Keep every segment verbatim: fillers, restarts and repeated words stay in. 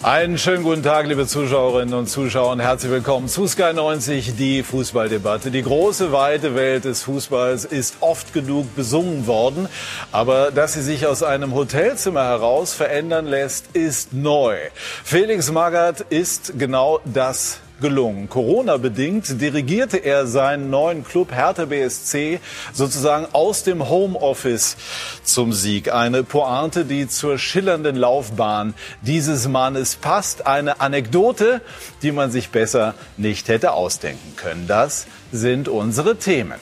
Einen schönen guten Tag, liebe Zuschauerinnen und Zuschauer, und herzlich willkommen zu Sky neunzig, die Fußballdebatte. Die große, weite Welt des Fußballs ist oft genug besungen worden. Aber dass sie sich aus einem Hotelzimmer heraus verändern lässt, ist neu. Felix Magath ist genau das gelungen. Corona-bedingt dirigierte er seinen neuen Club Hertha B S C sozusagen aus dem Homeoffice zum Sieg. Eine Pointe, die zur schillernden Laufbahn dieses Mannes passt. Eine Anekdote, die man sich besser nicht hätte ausdenken können. Das sind unsere Themen.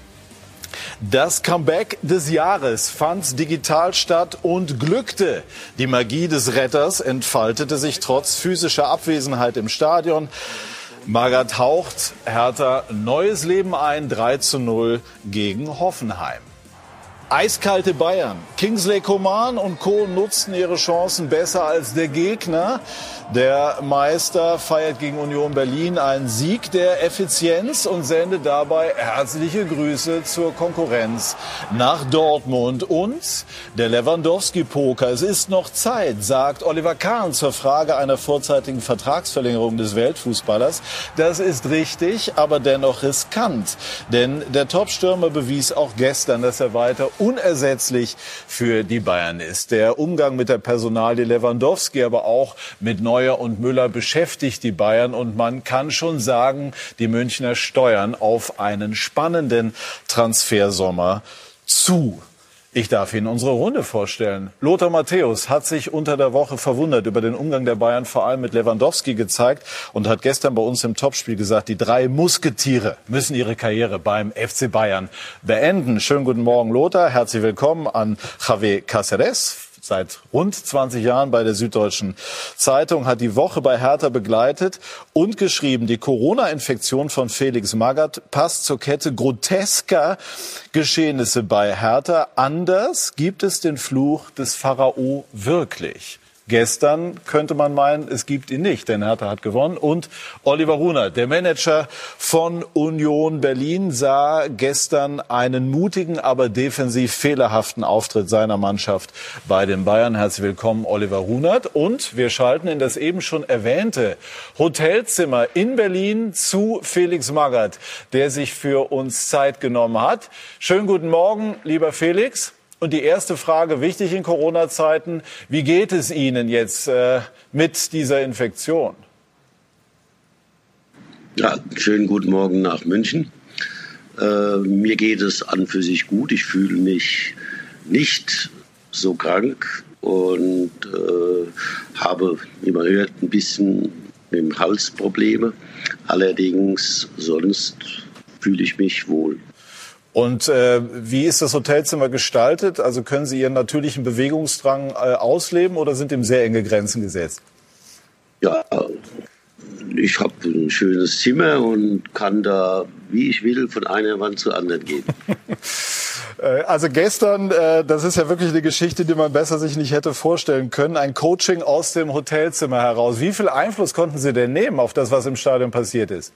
Das Comeback des Jahres fand digital statt und glückte. Die Magie des Retters entfaltete sich trotz physischer Abwesenheit im Stadion. Magath haucht Hertha neues Leben ein, drei zu null gegen Hoffenheim. Eiskalte Bayern. Kingsley Coman und Co. nutzten ihre Chancen besser als der Gegner. Der Meister feiert gegen Union Berlin einen Sieg der Effizienz und sendet dabei herzliche Grüße zur Konkurrenz nach Dortmund. Und der Lewandowski-Poker. Es ist noch Zeit, sagt Oliver Kahn zur Frage einer vorzeitigen Vertragsverlängerung des Weltfußballers. Das ist richtig, aber dennoch riskant. Denn der Topstürmer bewies auch gestern, dass er weiter unersetzlich für die Bayern ist. Der Umgang mit der Personalie Lewandowski, aber auch mit Neuer und Müller beschäftigt die Bayern. Und man kann schon sagen, die Münchner steuern auf einen spannenden Transfersommer zu. Ich darf Ihnen unsere Runde vorstellen. Lothar Matthäus hat sich unter der Woche verwundert über den Umgang der Bayern, vor allem mit Lewandowski, gezeigt und hat gestern bei uns im Topspiel gesagt, die drei Musketiere müssen ihre Karriere beim F C Bayern beenden. Schönen guten Morgen, Lothar. Herzlich willkommen an Javier Cáceres. Seit rund zwanzig Jahren bei der Süddeutschen Zeitung, hat die Woche bei Hertha begleitet und geschrieben, die Corona-Infektion von Felix Magath passt zur Kette grotesker Geschehnisse bei Hertha. Anders gibt es den Fluch des Pharao wirklich. Gestern könnte man meinen, es gibt ihn nicht, denn Hertha hat gewonnen. Und Oliver Runert, der Manager von Union Berlin, sah gestern einen mutigen, aber defensiv fehlerhaften Auftritt seiner Mannschaft bei den Bayern. Herzlich willkommen, Oliver Runert. Und wir schalten in das eben schon erwähnte Hotelzimmer in Berlin zu Felix Magath, der sich für uns Zeit genommen hat. Schönen guten Morgen, lieber Felix. Und die erste Frage, wichtig in Corona-Zeiten, wie geht es Ihnen jetzt äh, mit dieser Infektion? Ja, schönen guten Morgen nach München. Äh, mir geht es an für sich gut. Ich fühle mich nicht so krank und äh, habe, wie man hört, ein bisschen mit dem Hals Probleme. Allerdings sonst fühle ich mich wohl. Und äh, wie ist das Hotelzimmer gestaltet? Also können Sie Ihren natürlichen Bewegungsdrang äh, ausleben oder sind ihm sehr enge Grenzen gesetzt? Ja, ich habe ein schönes Zimmer und kann da, wie ich will, von einer Wand zur anderen gehen. Also gestern, äh, das ist ja wirklich eine Geschichte, die man besser sich nicht hätte vorstellen können. Ein Coaching aus dem Hotelzimmer heraus. Wie viel Einfluss konnten Sie denn nehmen auf das, was im Stadion passiert ist?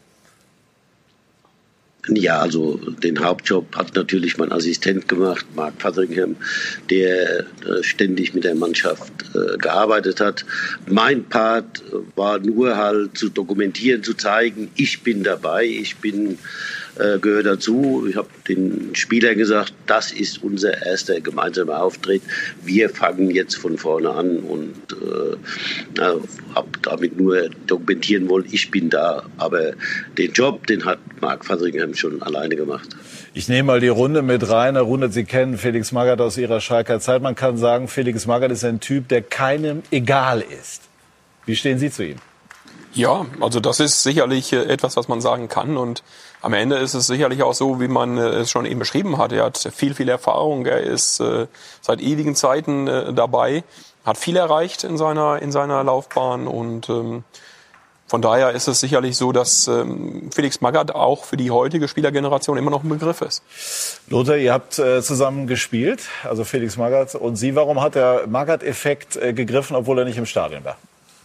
Ja, also den Hauptjob hat natürlich mein Assistent gemacht, Mark Fotheringham, der äh, ständig mit der Mannschaft äh, gearbeitet hat. Mein Part war nur halt zu dokumentieren, zu zeigen, ich bin dabei, ich bin äh, gehöre dazu. Ich habe den Spielern gesagt, das ist unser erster gemeinsamer Auftritt. Wir fangen jetzt von vorne an und äh, äh, habe damit nur dokumentieren wollen, ich bin da. Aber den Job, den hat Mark Fotheringham schon alleine gemacht. Ich nehme mal die Runde mit rein. Herr Runert, Sie kennen Felix Magath aus Ihrer Schalker Zeit. Man kann sagen, Felix Magath ist ein Typ, der keinem egal ist. Wie stehen Sie zu ihm? Ja, also das ist sicherlich etwas, was man sagen kann. Und am Ende ist es sicherlich auch so, wie man es schon eben beschrieben hat. Er hat viel, viel Erfahrung. Er ist äh, seit ewigen Zeiten äh, dabei, hat viel erreicht in seiner, in seiner Laufbahn. Und ähm, von daher ist es sicherlich so, dass ähm, Felix Magath auch für die heutige Spielergeneration immer noch ein Begriff ist. Lothar, ihr habt äh, zusammen gespielt, also Felix Magath und Sie. Warum hat der Magath-Effekt äh, gegriffen, obwohl er nicht im Stadion war?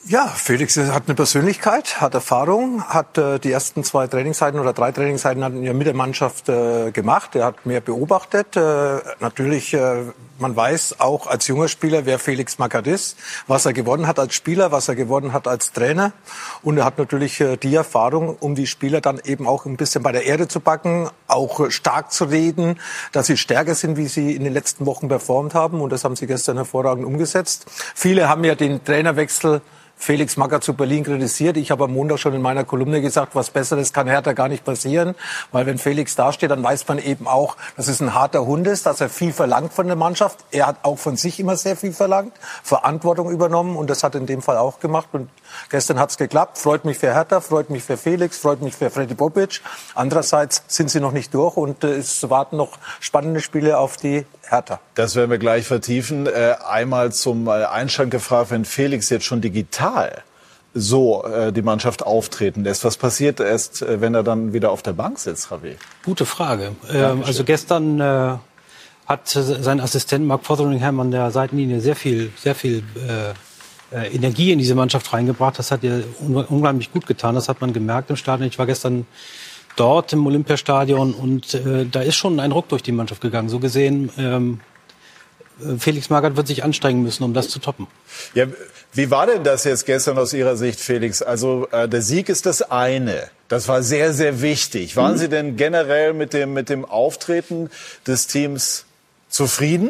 Ja, Felix hat eine Persönlichkeit, hat Erfahrung, hat äh, die ersten zwei Trainingseinheiten oder drei Trainingseinheiten hat er mit der Mannschaft äh, gemacht. Er hat mehr beobachtet. Äh, natürlich, äh, man weiß auch als junger Spieler, wer Felix Magath ist, was er gewonnen hat als Spieler, was er gewonnen hat als Trainer. Und er hat natürlich äh, die Erfahrung, um die Spieler dann eben auch ein bisschen bei der Erde zu packen, auch äh, stark zu reden, dass sie stärker sind, wie sie in den letzten Wochen performt haben. Und das haben sie gestern hervorragend umgesetzt. Viele haben ja den Trainerwechsel Felix Magath zu Berlin kritisiert. Ich habe am Montag schon in meiner Kolumne gesagt, was Besseres kann Hertha gar nicht passieren. Weil wenn Felix dasteht, dann weiß man eben auch, dass es ein harter Hund ist, dass er viel verlangt von der Mannschaft. Er hat auch von sich immer sehr viel verlangt, Verantwortung übernommen und das hat er in dem Fall auch gemacht. Und gestern hat es geklappt. Freut mich für Hertha, freut mich für Felix, freut mich für Freddy Bobic. Andererseits sind sie noch nicht durch und äh, es warten noch spannende Spiele auf die Hertha. Das werden wir gleich vertiefen. Äh, einmal zum äh, Einstand gefragt, wenn Felix jetzt schon digital so äh, die Mannschaft auftreten lässt. Was passiert erst, äh, wenn er dann wieder auf der Bank sitzt, Javi? Gute Frage. Ähm, also gestern äh, hat sein Assistent Mark Fotheringham an der Seitenlinie sehr viel, sehr viel äh, äh, Energie in diese Mannschaft reingebracht. Das hat ihr un- unglaublich gut getan. Das hat man gemerkt im Stadion. Ich war gestern dort im Olympiastadion und äh, da ist schon ein Ruck durch die Mannschaft gegangen. So gesehen, ähm, Felix Magath wird sich anstrengen müssen, um das zu toppen. Ja, wie war denn das jetzt gestern aus Ihrer Sicht, Felix? Also äh, der Sieg ist das eine. Das war sehr, sehr wichtig. Waren mhm. Sie denn generell mit dem, mit dem Auftreten des Teams zufrieden?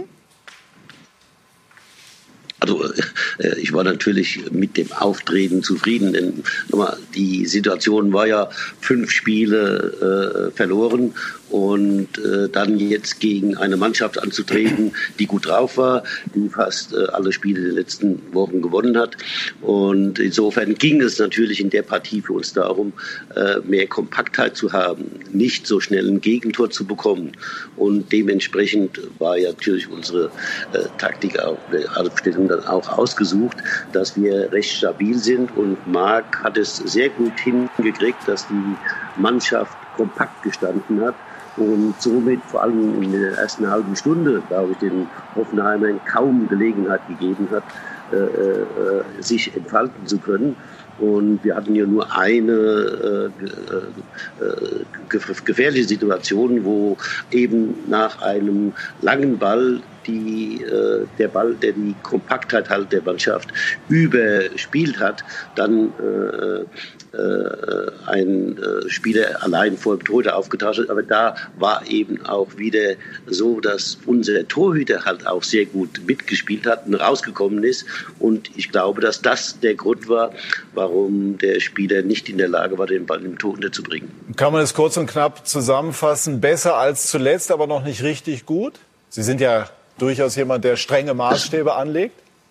Also äh, ich war natürlich mit dem Auftreten zufrieden, denn nochmal, die Situation war ja fünf Spiele äh, verloren und äh, dann jetzt gegen eine Mannschaft anzutreten, die gut drauf war, die fast äh, alle Spiele der letzten Wochen gewonnen hat. Und insofern ging es natürlich in der Partie für uns darum, äh, mehr Kompaktheit zu haben, nicht so schnell ein Gegentor zu bekommen. Und dementsprechend war ja natürlich unsere äh, Taktik auch, die Aufstellung dann auch ausgesucht, dass wir recht stabil sind. Und Marc hat es sehr gut hingekriegt, dass die Mannschaft kompakt gestanden hat. Und somit vor allem in der ersten halben Stunde, glaube ich, den Hoffenheimern kaum Gelegenheit gegeben hat, äh, äh, sich entfalten zu können. Und wir hatten ja nur eine äh, äh, gefährliche Situation, wo eben nach einem langen Ball die, äh, der Ball, der die Kompaktheit halt der Mannschaft überspielt hat, dann äh, äh, ein äh, Spieler allein vor dem Torhüter aufgetaucht hat. Aber da war eben auch wieder so, dass unser Torhüter halt auch sehr gut mitgespielt hat und rausgekommen ist. Und ich glaube, dass das der Grund war, warum der Spieler nicht in der Lage war, den Ball im Tor unterzubringen. Kann man es kurz und knapp zusammenfassen? Besser als zuletzt, aber noch nicht richtig gut? Sie sind ja durchaus jemand, der strenge Maßstäbe anlegt?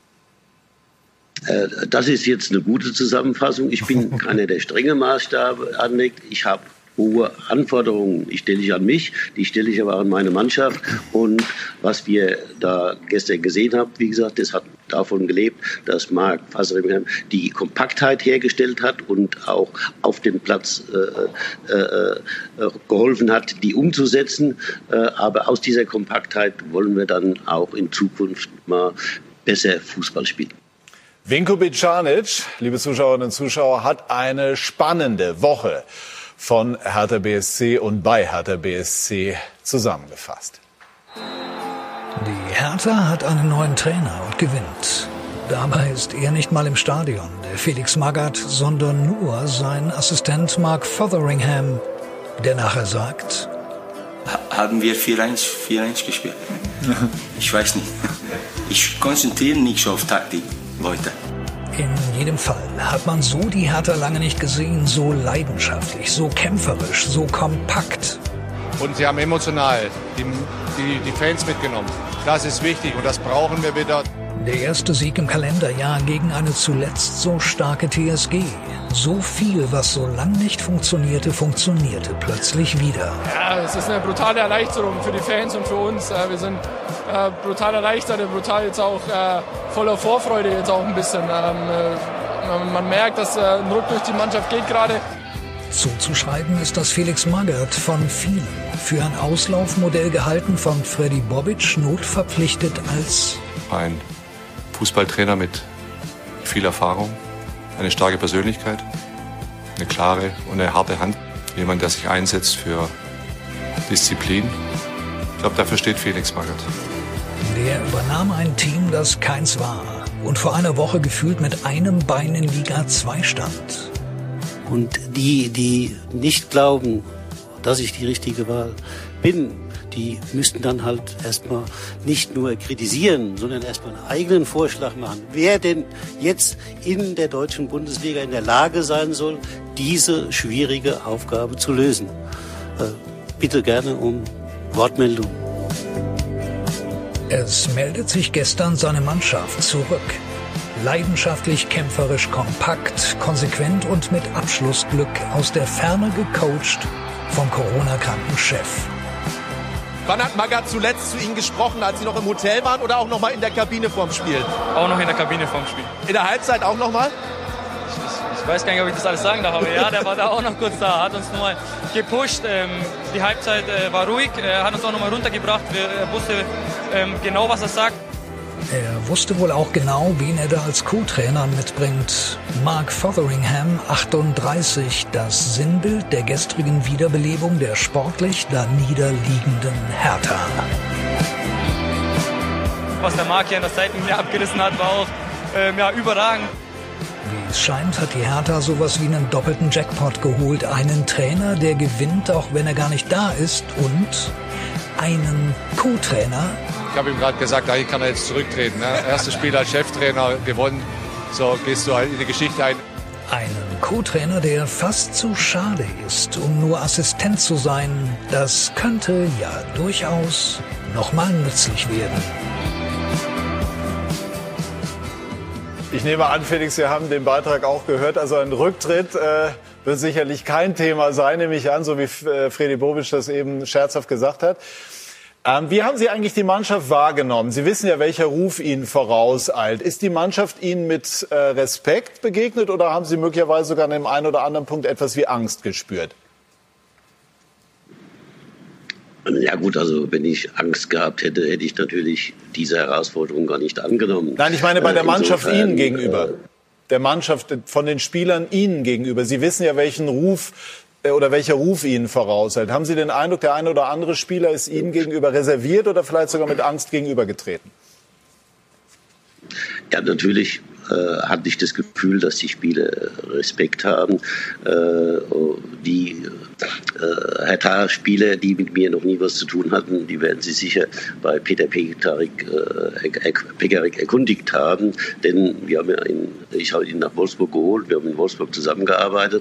Das ist jetzt eine gute Zusammenfassung. Ich bin keiner, der strenge Maßstäbe anlegt. Ich habe hohe Anforderungen. Die stelle ich an mich, die stelle ich aber an meine Mannschaft. Und was wir da gestern gesehen haben, wie gesagt, das hat davon gelebt, dass Marc Fotheringham die Kompaktheit hergestellt hat und auch auf dem Platz äh, äh, geholfen hat, die umzusetzen. Äh, aber aus dieser Kompaktheit wollen wir dann auch in Zukunft mal besser Fußball spielen. Vinko Bicanic, liebe Zuschauerinnen und Zuschauer, hat eine spannende Woche von Hertha B S C und bei Hertha B S C zusammengefasst. Die Hertha hat einen neuen Trainer und gewinnt. Dabei ist er nicht mal im Stadion, der Felix Magath, sondern nur sein Assistent Mark Fotheringham, der nachher sagt: Haben wir vier eins gespielt? Ich weiß nicht. Ich konzentriere mich auf Taktik, Leute. In jedem Fall hat man so die Hertha lange nicht gesehen, so leidenschaftlich, so kämpferisch, so kompakt. Und sie haben emotional die, die, die Fans mitgenommen. Das ist wichtig und das brauchen wir wieder. Der erste Sieg im Kalenderjahr gegen eine zuletzt so starke T S G. So viel, was so lang nicht funktionierte, funktionierte plötzlich wieder. Ja, es ist eine brutale Erleichterung für die Fans und für uns. Wir sind äh, brutal erleichtert, brutal jetzt auch äh, voller Vorfreude jetzt auch ein bisschen. Ähm, äh, man merkt, dass äh, ein Ruck durch die Mannschaft geht gerade. Zuzuschreiben ist das Felix Magath von vielen. Für ein Auslaufmodell gehalten, von Freddy Bobic notverpflichtet als ein Fußballtrainer mit viel Erfahrung, eine starke Persönlichkeit, eine klare und eine harte Hand. Jemand, der sich einsetzt für Disziplin. Ich glaube, dafür steht Felix Magath. Der übernahm ein Team, das keins war und vor einer Woche gefühlt mit einem Bein in Liga zwei stand. Und die, die nicht glauben, dass ich die richtige Wahl bin, die müssten dann halt erstmal nicht nur kritisieren, sondern erstmal einen eigenen Vorschlag machen, wer denn jetzt in der deutschen Bundesliga in der Lage sein soll, diese schwierige Aufgabe zu lösen. Äh, bitte gerne um Wortmeldung. Es meldet sich gestern seine Mannschaft zurück. Leidenschaftlich, kämpferisch, kompakt, konsequent und mit Abschlussglück aus der Ferne gecoacht vom Corona-kranken Chef. Wann hat Magath zuletzt zu Ihnen gesprochen, als Sie noch im Hotel waren oder auch noch mal in der Kabine vorm Spiel? Auch noch in der Kabine vorm Spiel. In der Halbzeit auch noch mal? Ich, ich, ich weiß gar nicht, ob ich das alles sagen darf, aber ja, der war da auch noch kurz da, hat uns nochmal gepusht. Ähm, die Halbzeit äh, war ruhig, er hat uns auch nochmal runtergebracht, er wusste ähm, genau, was er sagt. Er wusste wohl auch genau, wen er da als Co-Trainer mitbringt. Mark Fotheringham, achtunddreißig, das Sinnbild der gestrigen Wiederbelebung der sportlich da niederliegenden Hertha. Was der Mark hier an der Seitenlinie abgerissen hat, war auch ähm, ja, überragend. Wie es scheint, hat die Hertha sowas wie einen doppelten Jackpot geholt. Einen Trainer, der gewinnt, auch wenn er gar nicht da ist, und einen Co-Trainer. Ich habe ihm gerade gesagt, eigentlich kann er jetzt zurücktreten. Ne? Erstes Spiel als Cheftrainer gewonnen, so gehst du halt in die Geschichte ein. Einen Co-Trainer, der fast zu schade ist, um nur Assistent zu sein. Das könnte ja durchaus nochmal nützlich werden. Ich nehme an, Felix, Sie haben den Beitrag auch gehört. Also ein Rücktritt äh, wird sicherlich kein Thema sein, nehme ich an, so wie äh, Fredi Bobic das eben scherzhaft gesagt hat. Ähm, wie haben Sie eigentlich die Mannschaft wahrgenommen? Sie wissen ja, welcher Ruf Ihnen vorauseilt. Ist die Mannschaft Ihnen mit äh, Respekt begegnet oder haben Sie möglicherweise sogar an dem einen oder anderen Punkt etwas wie Angst gespürt? Ja gut, also wenn ich Angst gehabt hätte, hätte ich natürlich diese Herausforderung gar nicht angenommen. Nein, ich meine bei der Mannschaft Insofern, Ihnen gegenüber. Der Mannschaft von den Spielern Ihnen gegenüber. Sie wissen ja, welchen Ruf oder welcher Ruf Ihnen vorauseilt. Haben Sie den Eindruck, der eine oder andere Spieler ist Ihnen gegenüber reserviert oder vielleicht sogar mit Angst gegenübergetreten? Ja, natürlich äh, hatte ich das Gefühl, dass die Spieler Respekt haben. Äh, die äh, Hertha-Spieler, die mit mir noch nie was zu tun hatten, die werden sich sicher bei Peter Pekarik, äh, Pekarik erkundigt haben. Denn wir haben ja in, ich habe ihn nach Wolfsburg geholt, wir haben in Wolfsburg zusammengearbeitet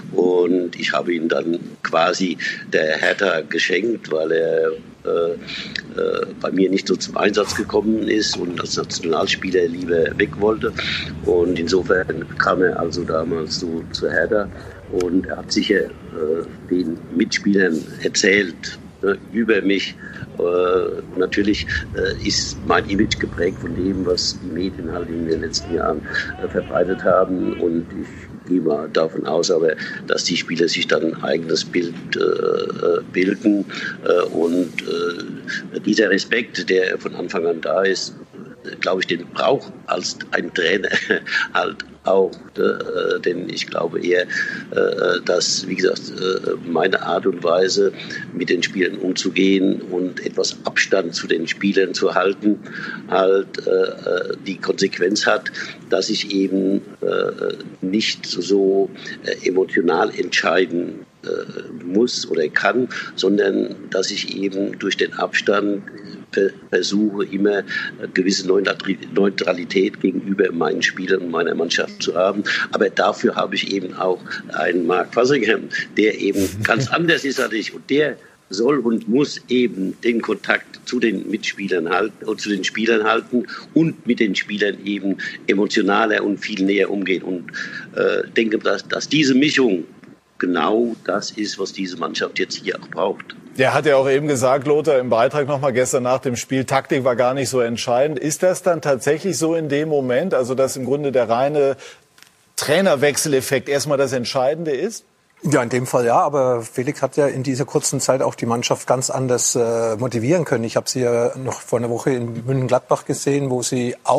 und ich habe ihn dann quasi der Hertha geschenkt, weil er Äh, äh, bei mir nicht so zum Einsatz gekommen ist und als Nationalspieler lieber weg wollte. Und insofern kam er also damals so zu Hertha und er hat sicher äh, den Mitspielern erzählt äh, über mich. Äh, natürlich äh, ist mein Image geprägt von dem, was die Medien halt in den letzten Jahren äh, verbreitet haben, und ich gehe mal davon aus, aber dass die Spieler sich dann ein eigenes Bild äh, bilden äh, und äh, dieser Respekt, der von Anfang an da ist, glaube ich, den braucht als ein Trainer halt auch, äh, denn ich glaube eher, äh, dass, wie gesagt, äh, meine Art und Weise, mit den Spielern umzugehen und etwas Abstand zu den Spielern zu halten, halt äh, die Konsequenz hat, dass ich eben äh, nicht so äh, emotional entscheiden äh, muss oder kann, sondern dass ich eben durch den Abstand versuche, immer gewisse Neutralität gegenüber meinen Spielern und meiner Mannschaft zu haben. Aber dafür habe ich eben auch einen Mark Fotheringham, der eben ganz anders ist als ich, und der soll und muss eben den Kontakt zu den Mitspielern halten und zu den Spielern halten und mit den Spielern eben emotionaler und viel näher umgehen. Und äh, denke, dass, dass diese Mischung genau das ist, was diese Mannschaft jetzt hier auch braucht. Der hat ja auch eben gesagt, Lothar, im Beitrag nochmal gestern nach dem Spiel, Taktik war gar nicht so entscheidend. Ist das dann tatsächlich so in dem Moment, also dass im Grunde der reine Trainerwechseleffekt erstmal das Entscheidende ist? Ja, in dem Fall ja, aber Felix hat ja in dieser kurzen Zeit auch die Mannschaft ganz anders äh, motivieren können. Ich habe sie ja noch vor einer Woche in Mönchengladbach gesehen, wo sie auch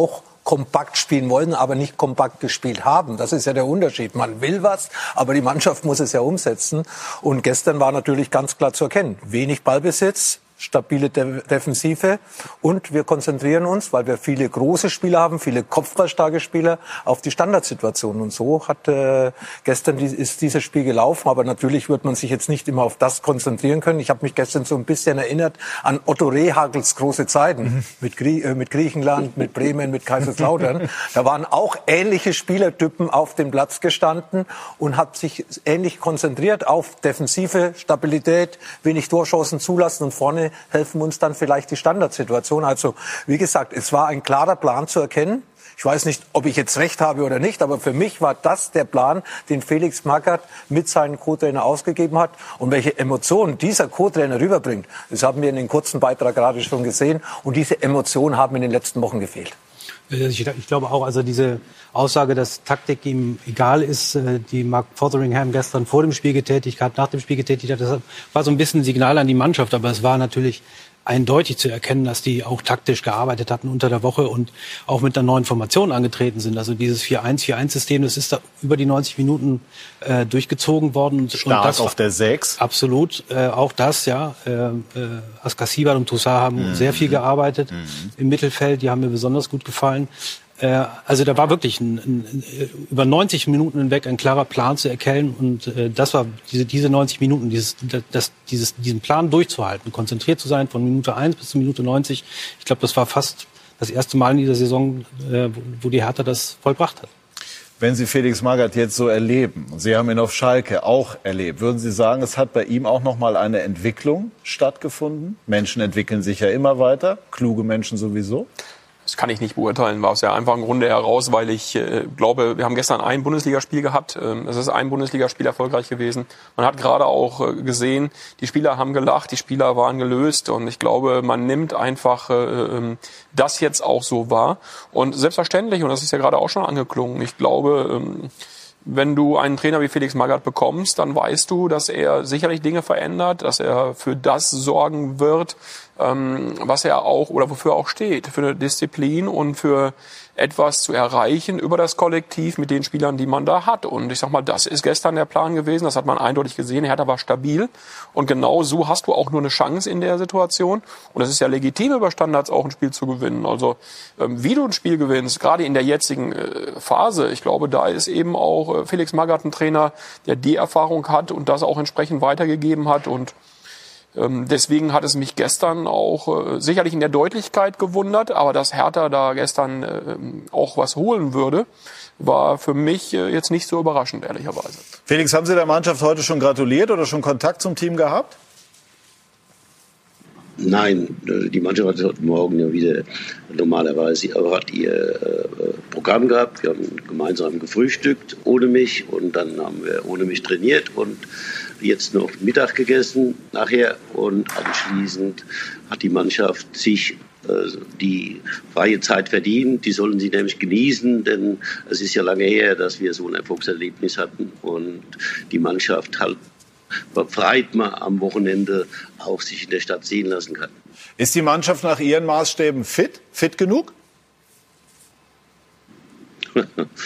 kompakt spielen wollen, aber nicht kompakt gespielt haben. Das ist ja der Unterschied. Man will was, aber die Mannschaft muss es ja umsetzen. Und gestern war natürlich ganz klar zu erkennen, wenig Ballbesitz, stabile De- Defensive und wir konzentrieren uns, weil wir viele große Spieler haben, viele kopfballstarke Spieler, auf die Standardsituation. Und so hat äh, gestern die, ist dieses Spiel gelaufen. Aber natürlich wird man sich jetzt nicht immer auf das konzentrieren können. Ich habe mich gestern so ein bisschen erinnert an Otto Rehhagels große Zeiten mhm. mit, Grie- äh, mit Griechenland, mit Bremen, mit Kaiserslautern. Da waren auch ähnliche Spielertypen auf dem Platz gestanden und hat sich ähnlich konzentriert auf defensive Stabilität, wenig Torchancen zulassen und vorne helfen uns dann vielleicht die Standardsituation. Also, wie gesagt, es war ein klarer Plan zu erkennen. Ich weiß nicht, ob ich jetzt recht habe oder nicht, aber für mich war das der Plan, den Felix Magath mit seinem Co-Trainer ausgegeben hat. Und welche Emotionen dieser Co-Trainer rüberbringt, das haben wir in dem kurzen Beitrag gerade schon gesehen. Und diese Emotionen haben in den letzten Wochen gefehlt. Ich, ich glaube auch, also diese Aussage, dass Taktik ihm egal ist, die Mark Fotheringham gestern vor dem Spiel getätigt hat, nach dem Spiel getätigt hat, das war so ein bisschen ein Signal an die Mannschaft. Aber es war natürlich eindeutig zu erkennen, dass die auch taktisch gearbeitet hatten unter der Woche und auch mit einer neuen Formation angetreten sind. Also dieses vier eins vier eins System, das ist da über die neunzig Minuten äh, durchgezogen worden. Stark und das auf der sechs. Absolut. Äh, auch das, ja. Äh, äh, Askar und Toussaint haben mhm. sehr viel gearbeitet mhm. im Mittelfeld. Die haben mir besonders gut gefallen. Äh, also da war wirklich ein, ein, über neunzig Minuten hinweg ein klarer Plan zu erkennen. Und äh, das war diese, diese neunzig Minuten, dieses, das, dieses, diesen Plan durchzuhalten, konzentriert zu sein von Minute eins bis zur Minute neunzig. Ich glaube, das war fast das erste Mal in dieser Saison, äh, wo die Hertha das vollbracht hat. Wenn Sie Felix Magath jetzt so erleben, Sie haben ihn auf Schalke auch erlebt, würden Sie sagen, es hat bei ihm auch noch mal eine Entwicklung stattgefunden? Menschen entwickeln sich ja immer weiter, kluge Menschen sowieso. Das kann ich nicht beurteilen, war aus der einfachen Grunde heraus, weil ich äh, glaube, wir haben gestern ein Bundesligaspiel gehabt. Ähm, es ist ein Bundesligaspiel erfolgreich gewesen. Man hat gerade auch äh, gesehen, die Spieler haben gelacht, die Spieler waren gelöst. Und ich glaube, man nimmt einfach äh, das jetzt auch so wahr. Und selbstverständlich, und das ist ja gerade auch schon angeklungen, ich glaube, ähm, wenn du einen Trainer wie Felix Magath bekommst, dann weißt du, dass er sicherlich Dinge verändert, dass er für das sorgen wird, ähm, was er auch oder wofür er auch steht, für eine Disziplin und für etwas zu erreichen über das Kollektiv mit den Spielern, die man da hat. Und ich sag mal, das ist gestern der Plan gewesen, das hat man eindeutig gesehen, Hertha war stabil und genau so hast du auch nur eine Chance in der Situation und es ist ja legitim, über Standards auch ein Spiel zu gewinnen. Also ähm, wie du ein Spiel gewinnst, gerade in der jetzigen äh, Phase, ich glaube, da ist eben auch äh, Felix Magath ein Trainer, der die Erfahrung hat und das auch entsprechend weitergegeben hat und deswegen hat es mich gestern auch äh, sicherlich in der Deutlichkeit gewundert, aber dass Hertha da gestern äh, auch was holen würde, war für mich äh, jetzt nicht so überraschend, ehrlicherweise. Felix, haben Sie der Mannschaft heute schon gratuliert oder schon Kontakt zum Team gehabt? Nein, die Mannschaft hat heute Morgen ja wieder normalerweise hat ihr äh, Programm gehabt. Wir haben gemeinsam gefrühstückt ohne mich und dann haben wir ohne mich trainiert und jetzt noch Mittag gegessen nachher und anschließend hat die Mannschaft sich äh, die freie Zeit verdient. Die sollen sie nämlich genießen, denn es ist ja lange her, dass wir so ein Erfolgserlebnis hatten und die Mannschaft halt befreit man am Wochenende auch sich in der Stadt sehen lassen kann. Ist die Mannschaft nach Ihren Maßstäben fit? Fit genug? ja,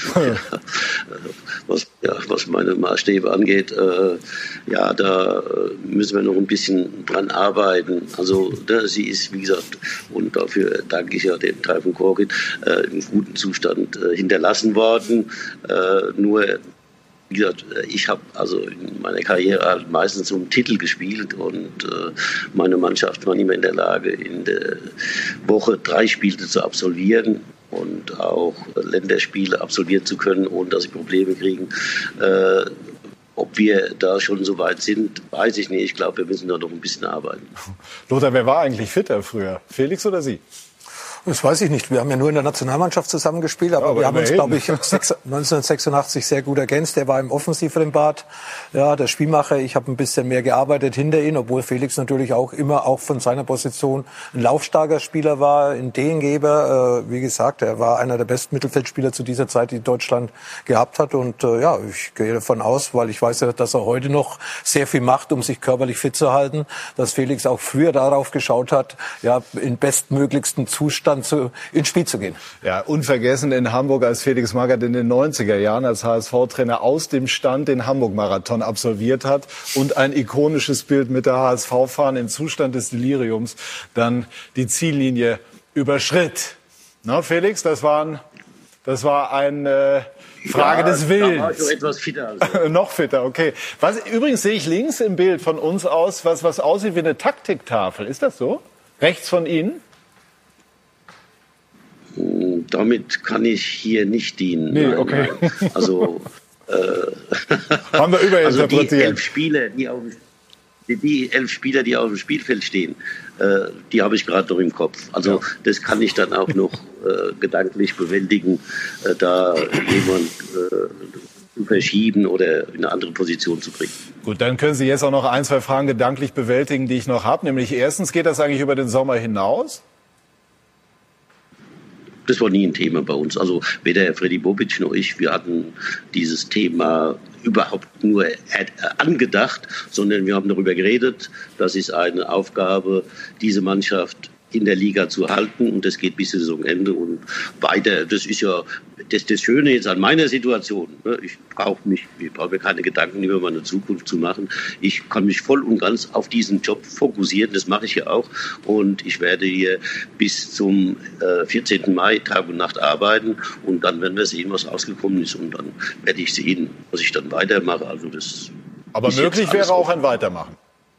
was, ja, was meine Maßstäbe angeht, äh, ja, da müssen wir noch ein bisschen dran arbeiten. Also ne, sie ist, wie gesagt, und dafür danke ich ja dem Taifun Korkut, äh, im guten Zustand äh, hinterlassen worden. Äh, nur Wie gesagt, ich habe also in meiner Karriere halt meistens um Titel gespielt und äh, meine Mannschaft war nicht mehr in der Lage, in der Woche drei Spiele zu absolvieren und auch Länderspiele absolvieren zu können, ohne dass sie Probleme kriegen. Äh, ob wir da schon so weit sind, weiß ich nicht. Ich glaube, wir müssen da noch ein bisschen arbeiten. Lothar, wer war eigentlich fitter früher? Felix oder Sie? Das weiß ich nicht. Wir haben ja nur in der Nationalmannschaft zusammengespielt, aber, ja, aber wir haben uns, glaube ich, neunzehnhundertsechsundachtzig sehr gut ergänzt. Der war im offensiveren Part, ja, der Spielmacher. Ich habe ein bisschen mehr gearbeitet hinter ihm, obwohl Felix natürlich auch immer auch von seiner Position ein laufstarker Spieler war, ein Ideengeber. Äh, wie gesagt, er war einer der besten Mittelfeldspieler zu dieser Zeit, die Deutschland gehabt hat. Und äh, ja, ich gehe davon aus, weil ich weiß ja, dass er heute noch sehr viel macht, um sich körperlich fit zu halten, dass Felix auch früher darauf geschaut hat, ja, in bestmöglichsten Zustand Zustand zu, ins Spiel zu gehen. Ja, unvergessen in Hamburg, als Felix Magath in den neunziger Jahren als H S V-Trainer aus dem Stand den Hamburg-Marathon absolviert hat und ein ikonisches Bild mit der H S V-Fahne im Zustand des Deliriums dann die Ziellinie überschritt. Na, Felix, das war ein, das war ein äh, Frage ja, des Willens. Da war ich noch etwas fitter. Also. Noch fitter, okay. Was, übrigens sehe ich links im Bild von uns aus, was, was aussieht wie eine Taktiktafel. Ist das so? Rechts von Ihnen? Damit kann ich hier nicht dienen. Nee, okay. Nein, nein. Also, äh, haben wir überinterpretiert. Also die elf Spieler, die auf, die elf Spieler, die auf dem Spielfeld stehen, äh, die habe ich gerade noch im Kopf. Also ja. Das kann ich dann auch noch äh, gedanklich bewältigen, äh, da jemand äh, zu verschieben oder in eine andere Position zu bringen. Gut, dann können Sie jetzt auch noch ein, zwei Fragen gedanklich bewältigen, die ich noch habe. Nämlich erstens, geht das eigentlich über den Sommer hinaus? Das war nie ein Thema bei uns. Also weder Freddy Bobic noch ich, wir hatten dieses Thema überhaupt nur angedacht, sondern wir haben darüber geredet. Das ist eine Aufgabe, diese Mannschaft in der Liga zu halten, und das geht bis Saisonende und weiter. Das ist ja das, das Schöne jetzt an meiner Situation. Ich brauche mich, ich brauche mir keine Gedanken über meine Zukunft zu machen. Ich kann mich voll und ganz auf diesen Job fokussieren. Das mache ich ja auch, und ich werde hier bis zum äh, vierzehnten Mai Tag und Nacht arbeiten, und dann werden wir sehen, was rausgekommen ist, und dann werde ich sehen, was ich dann weitermache. Also das Aber möglich wäre auch ein Weitermachen.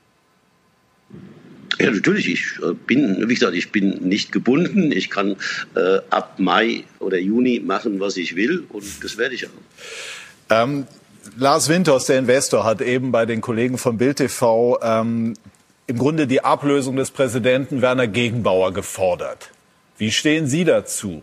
Ja, natürlich. Ich bin, wie gesagt, ich bin nicht gebunden. Ich kann äh, ab Mai oder Juni machen, was ich will, und das werde ich auch. Ähm, Lars Windhorst, der Investor, hat eben bei den Kollegen von Bild T V ähm, im Grunde die Ablösung des Präsidenten Werner Gegenbauer gefordert. Wie stehen Sie dazu?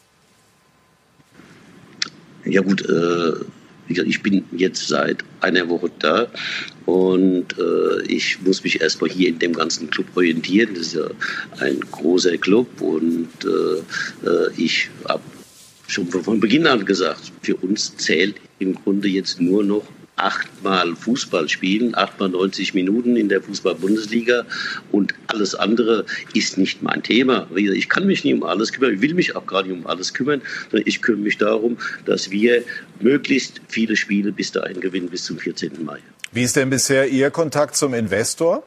Ja gut, äh, wie gesagt, ich bin jetzt seit einer Woche da, und äh, ich muss mich erstmal hier in dem ganzen Club orientieren. Das ist ja ein großer Club, und äh, ich habe schon von Beginn an gesagt, für uns zählt im Grunde jetzt nur noch achtmal Fußball spielen, achtmal neunzig Minuten in der Fußball-Bundesliga, und alles andere ist nicht mein Thema. Ich kann mich nicht um alles kümmern, ich will mich auch gar nicht um alles kümmern, sondern ich kümmere mich darum, dass wir möglichst viele Spiele bis dahin gewinnen, bis zum vierzehnten Mai. Wie ist denn bisher Ihr Kontakt zum Investor?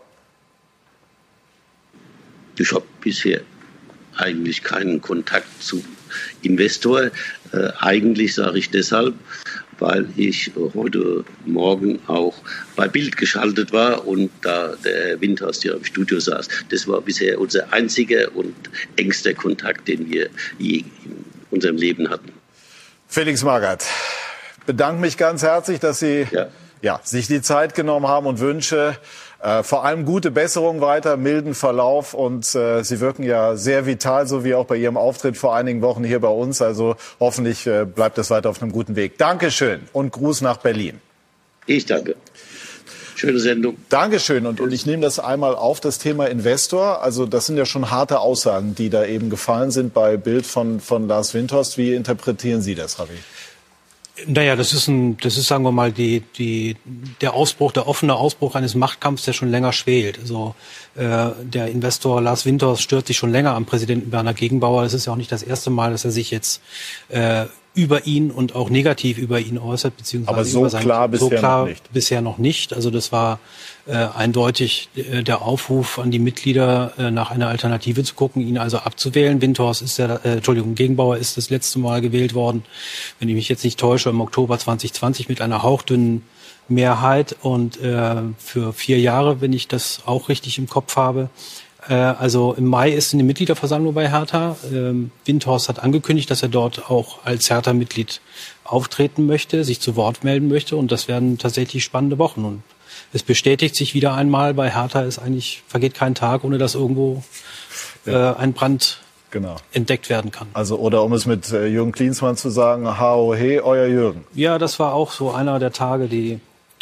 Ich habe bisher eigentlich keinen Kontakt zum Investor. Äh, eigentlich sage ich deshalb, weil ich heute Morgen auch bei Bild geschaltet war und da der Herr Windhorst ja im Studio saß. Das war bisher unser einziger und engster Kontakt, den wir je in unserem Leben hatten. Felix Magath, bedanke mich ganz herzlich, dass Sie ja. Ja, sich die Zeit genommen haben, und wünsche äh, vor allem gute Besserung weiter, milden Verlauf, und äh, Sie wirken ja sehr vital, so wie auch bei Ihrem Auftritt vor einigen Wochen hier bei uns. Also hoffentlich äh, bleibt es weiter auf einem guten Weg. Dankeschön und Gruß nach Berlin. Ich danke. Schöne Sendung. Dankeschön. Und, und ich nehme das einmal auf, das Thema Investor. Also das sind ja schon harte Aussagen, die da eben gefallen sind bei Bild von, von Lars Windhorst. Wie interpretieren Sie das, Ravi? Naja, das ist ein, das ist, sagen wir mal, die, die, der Ausbruch, der offene Ausbruch eines Machtkampfs, der schon länger schwelt. Also, äh, der Investor Lars Windhorst stört sich schon länger am Präsidenten Werner Gegenbauer. Es ist ja auch nicht das erste Mal, dass er sich jetzt, äh, über ihn und auch negativ über ihn äußert, beziehungsweise aber so über sein, klar bisher so klar noch nicht. Bisher noch nicht. Also das war äh, eindeutig äh, der Aufruf an die Mitglieder, äh, nach einer Alternative zu gucken, ihn also abzuwählen. Windhorst ist der, äh, Entschuldigung, Gegenbauer ist das letzte Mal gewählt worden, wenn ich mich jetzt nicht täusche, im Oktober zwanzig zwanzig mit einer hauchdünnen Mehrheit, und äh, für vier Jahre, wenn ich das auch richtig im Kopf habe. Also im Mai ist eine Mitgliederversammlung bei Hertha. Windhorst hat angekündigt, dass er dort auch als Hertha-Mitglied auftreten möchte, sich zu Wort melden möchte. Und das werden tatsächlich spannende Wochen. Und es bestätigt sich wieder einmal, bei Hertha ist eigentlich, vergeht kein Tag, ohne dass irgendwo ja. äh, ein Brand genau. entdeckt werden kann. Also, oder um es mit Jürgen Klinsmann zu sagen, ha, oh, he, euer Jürgen. Ja, das war auch so einer der Tage, die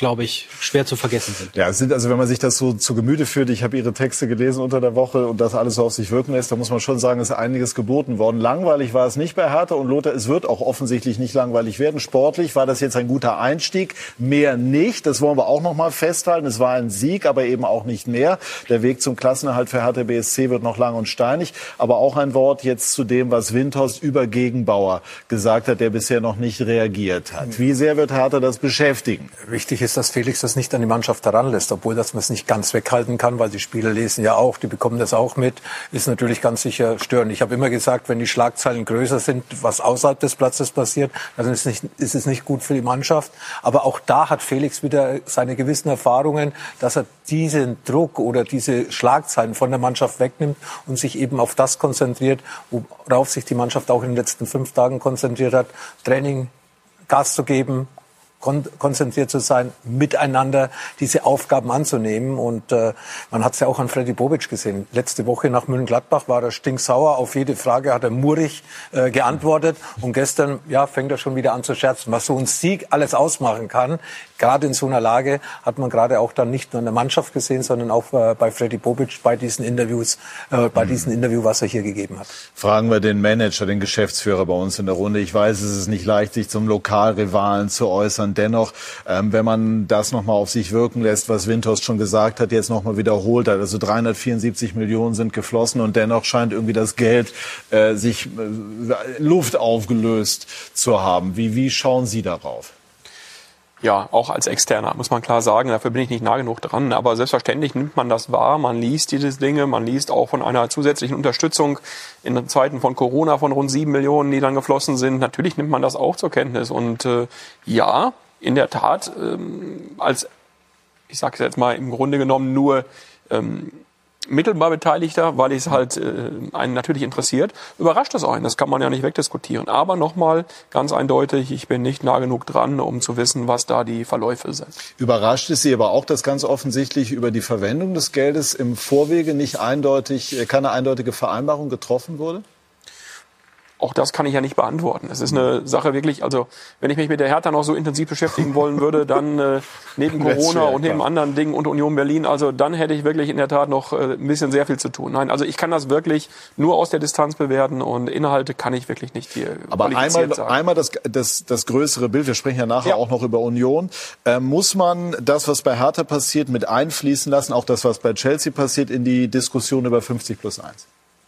glaube ich, schwer zu vergessen sind. Ja, es sind also, wenn man sich das so zu Gemüte führt, ich habe Ihre Texte gelesen unter der Woche und das alles so auf sich wirken lässt, da muss man schon sagen, es ist einiges geboten worden. Langweilig war es nicht bei Hertha und Lothar, es wird auch offensichtlich nicht langweilig werden. Sportlich war das jetzt ein guter Einstieg, mehr nicht, das wollen wir auch noch mal festhalten. Es war ein Sieg, aber eben auch nicht mehr. Der Weg zum Klassenerhalt für Hertha B S C wird noch lang und steinig, aber auch ein Wort jetzt zu dem, was Windhorst über Gegenbauer gesagt hat, der bisher noch nicht reagiert hat. Wie sehr wird Hertha das beschäftigen? Wichtig ist, dass Felix das nicht an die Mannschaft heranlässt, obwohl dass man es nicht ganz weghalten kann, weil die Spieler lesen ja auch, die bekommen das auch mit, ist natürlich ganz sicher störend. Ich habe immer gesagt, wenn die Schlagzeilen größer sind, was außerhalb des Platzes passiert, dann ist es nicht, ist es nicht gut für die Mannschaft. Aber auch da hat Felix wieder seine gewissen Erfahrungen, dass er diesen Druck oder diese Schlagzeilen von der Mannschaft wegnimmt und sich eben auf das konzentriert, worauf sich die Mannschaft auch in den letzten fünf Tagen konzentriert hat. Training, Gas zu geben, kon- konzentriert zu sein, miteinander diese Aufgaben anzunehmen. Und äh, man hat es ja auch an Freddy Bobic gesehen. Letzte Woche nach Mönchengladbach war er stinksauer. Auf jede Frage hat er murrig äh, geantwortet. Und gestern ja, fängt er schon wieder an zu scherzen. Was so ein Sieg alles ausmachen kann, gerade in so einer Lage, hat man gerade auch dann nicht nur in der Mannschaft gesehen, sondern auch äh, bei Freddy Bobic, bei diesen Interviews, äh, bei diesem Interview, was er hier gegeben hat. Fragen wir den Manager, den Geschäftsführer bei uns in der Runde. Ich weiß, es ist nicht leicht, sich zum Lokalrivalen zu äußern. Dennoch, ähm, wenn man das nochmal auf sich wirken lässt, was Windhorst schon gesagt hat, jetzt nochmal wiederholt hat. Also dreihundertvierundsiebzig Millionen sind geflossen und dennoch scheint irgendwie das Geld äh, sich äh, Luft aufgelöst zu haben. Wie, wie schauen Sie darauf? Ja, auch als Externer, muss man klar sagen, dafür bin ich nicht nah genug dran. Aber selbstverständlich nimmt man das wahr, man liest diese Dinge, man liest auch von einer zusätzlichen Unterstützung in Zeiten von Corona von rund sieben Millionen, die dann geflossen sind. Natürlich nimmt man das auch zur Kenntnis. Und äh, ja, in der Tat, ähm, als, ich sage es jetzt mal, im Grunde genommen nur ähm, mittelbar Beteiligter, weil es halt äh, einen natürlich interessiert, überrascht es einen. Das kann man ja nicht wegdiskutieren. Aber nochmal ganz eindeutig, ich bin nicht nah genug dran, um zu wissen, was da die Verläufe sind. Überrascht es Sie aber auch, dass ganz offensichtlich über die Verwendung des Geldes im Vorwege nicht eindeutig, keine eindeutige Vereinbarung getroffen wurde? Auch das kann ich ja nicht beantworten. Es ist eine Sache wirklich, also wenn ich mich mit der Hertha noch so intensiv beschäftigen wollen würde, dann äh, neben Corona und neben anderen Dingen und Union Berlin, also dann hätte ich wirklich in der Tat noch äh, ein bisschen sehr viel zu tun. Nein, also ich kann das wirklich nur aus der Distanz bewerten und Inhalte kann ich wirklich nicht hier Aber einmal, sagen. einmal das, das, das größere Bild, wir sprechen ja nachher ja. auch noch über Union, äh, muss man das, was bei Hertha passiert, mit einfließen lassen, auch das, was bei Chelsea passiert, in die Diskussion über fünfzig plus eins?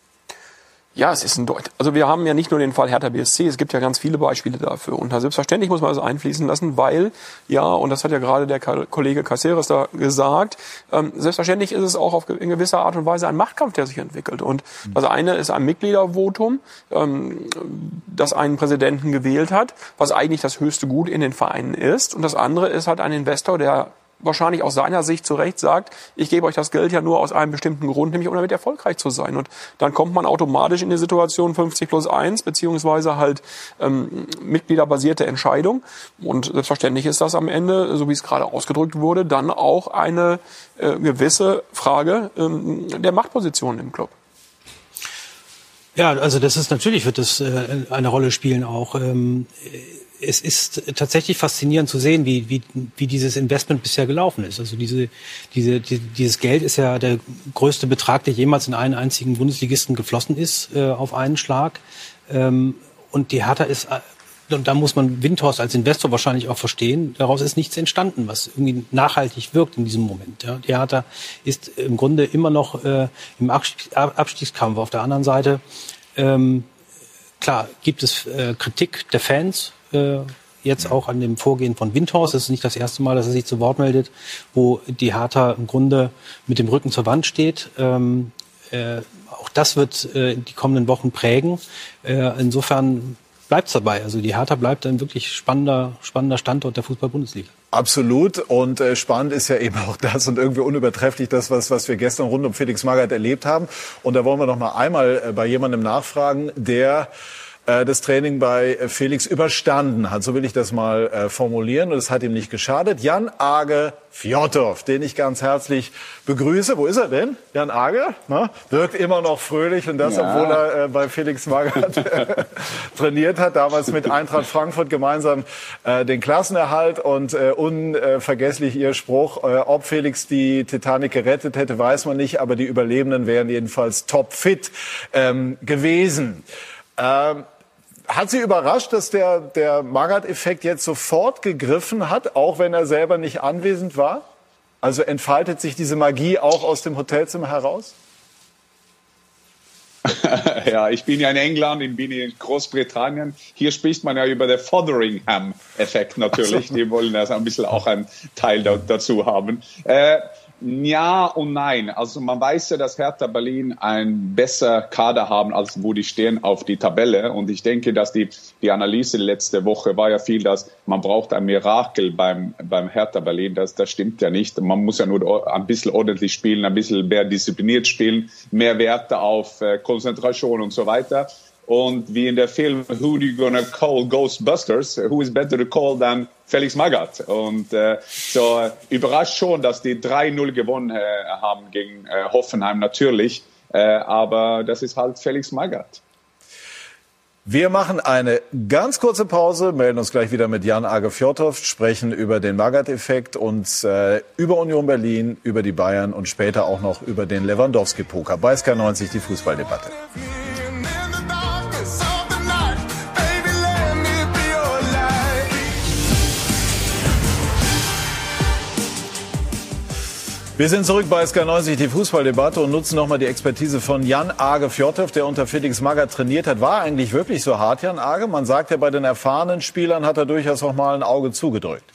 Ja, es ist ein Deut. Also wir haben ja nicht nur den Fall Hertha B S C, es gibt ja ganz viele Beispiele dafür. Und selbstverständlich muss man das einfließen lassen, weil, ja, und das hat ja gerade der Kollege Caceres da gesagt, ähm, selbstverständlich ist es auch auf, in gewisser Art und Weise ein Machtkampf, der sich entwickelt. Und das eine ist ein Mitgliedervotum, ähm, das einen Präsidenten gewählt hat, was eigentlich das höchste Gut in den Vereinen ist. Und das andere ist halt ein Investor, der wahrscheinlich aus seiner Sicht zu Recht sagt, ich gebe euch das Geld ja nur aus einem bestimmten Grund, nämlich um damit erfolgreich zu sein. Und dann kommt man automatisch in die Situation fünfzig plus eins, beziehungsweise halt ähm, mitgliederbasierte Entscheidung. Und selbstverständlich ist das am Ende, so wie es gerade ausgedrückt wurde, dann auch eine äh, gewisse Frage ähm, der Machtposition im Club. Ja, also das ist natürlich, wird das äh, eine Rolle spielen auch. Ähm, Es ist tatsächlich faszinierend zu sehen, wie, wie, wie dieses Investment bisher gelaufen ist. Also diese, diese, die, dieses Geld ist ja der größte Betrag, der jemals in einen einzigen Bundesligisten geflossen ist, äh, auf einen Schlag. Ähm, und die Hertha ist, äh, und da muss man Windhorst als Investor wahrscheinlich auch verstehen, daraus ist nichts entstanden, was irgendwie nachhaltig wirkt in diesem Moment. Ja. Die Hertha ist im Grunde immer noch äh, im Abstieg, Abstiegskampf. Auf der anderen Seite, ähm, klar, gibt es äh, Kritik der Fans, jetzt auch an dem Vorgehen von Windhorst. Es ist nicht das erste Mal, dass er sich zu Wort meldet, wo die Hertha im Grunde mit dem Rücken zur Wand steht. Ähm, äh, auch das wird äh, die kommenden Wochen prägen. Äh, insofern bleibt es dabei. Also die Hertha bleibt ein wirklich spannender, spannender Standort der Fußball-Bundesliga. Absolut. Und äh, spannend ist ja eben auch das und irgendwie unübertrefflich das, was, was wir gestern rund um Felix Magath erlebt haben. Und da wollen wir noch mal einmal äh, bei jemandem nachfragen, der äh, das Training bei äh, Felix überstanden hat. So will ich das mal äh, formulieren. Und es hat ihm nicht geschadet. Jan Age Fjørtoft, den ich ganz herzlich begrüße. Wo ist er denn? Jan Age? Na, wirkt immer noch fröhlich. Und das, ja. obwohl er äh, bei Felix Magath äh, trainiert hat. Damals mit Eintracht Frankfurt gemeinsam äh, den Klassenerhalt. Und äh, unvergesslich Ihr Spruch, äh, ob Felix die Titanic gerettet hätte, weiß man nicht. Aber die Überlebenden wären jedenfalls topfit ähm, gewesen. Ähm, Hat Sie überrascht, dass der, der Magath-Effekt jetzt sofort gegriffen hat, auch wenn er selber nicht anwesend war? Also entfaltet sich diese Magie auch aus dem Hotelzimmer heraus? Ja, ich bin ja in England, ich bin in Großbritannien. Hier spricht man ja über den Fotheringham-Effekt natürlich. Die wollen also ein bisschen auch einen Teil da, dazu haben. Äh, Ja und nein. Also man weiß ja, dass Hertha Berlin ein besser Kader haben, als wo die stehen auf die Tabelle. Und ich denke, dass die, die Analyse letzte Woche war ja viel, dass man braucht ein Mirakel beim, beim Hertha Berlin. Das, das stimmt ja nicht. Man muss ja nur ein bisschen ordentlich spielen, ein bisschen mehr diszipliniert spielen, mehr Werte auf äh, Konzentration und so weiter. Und wie in der Film Who do you gonna call Ghostbusters? Who is better to call than Felix Magath? Und äh, so äh, überrascht schon, dass die drei null gewonnen äh, haben gegen äh, Hoffenheim natürlich. Äh, aber das ist halt Felix Magath. Wir machen eine ganz kurze Pause, melden uns gleich wieder mit Jan Age Fjørtoft, sprechen über den Magath-Effekt und äh, über Union Berlin, über die Bayern und später auch noch über den Lewandowski-Poker. Bei Sky neunzig die Fußballdebatte. Wir sind zurück bei Sky neunzig, die Fußballdebatte, und nutzen nochmal die Expertise von Jan Age Fjørtoft, der unter Felix Magath trainiert hat. War eigentlich wirklich so hart, Jan Age? Man sagt ja, bei den erfahrenen Spielern hat er durchaus auch mal ein Auge zugedrückt.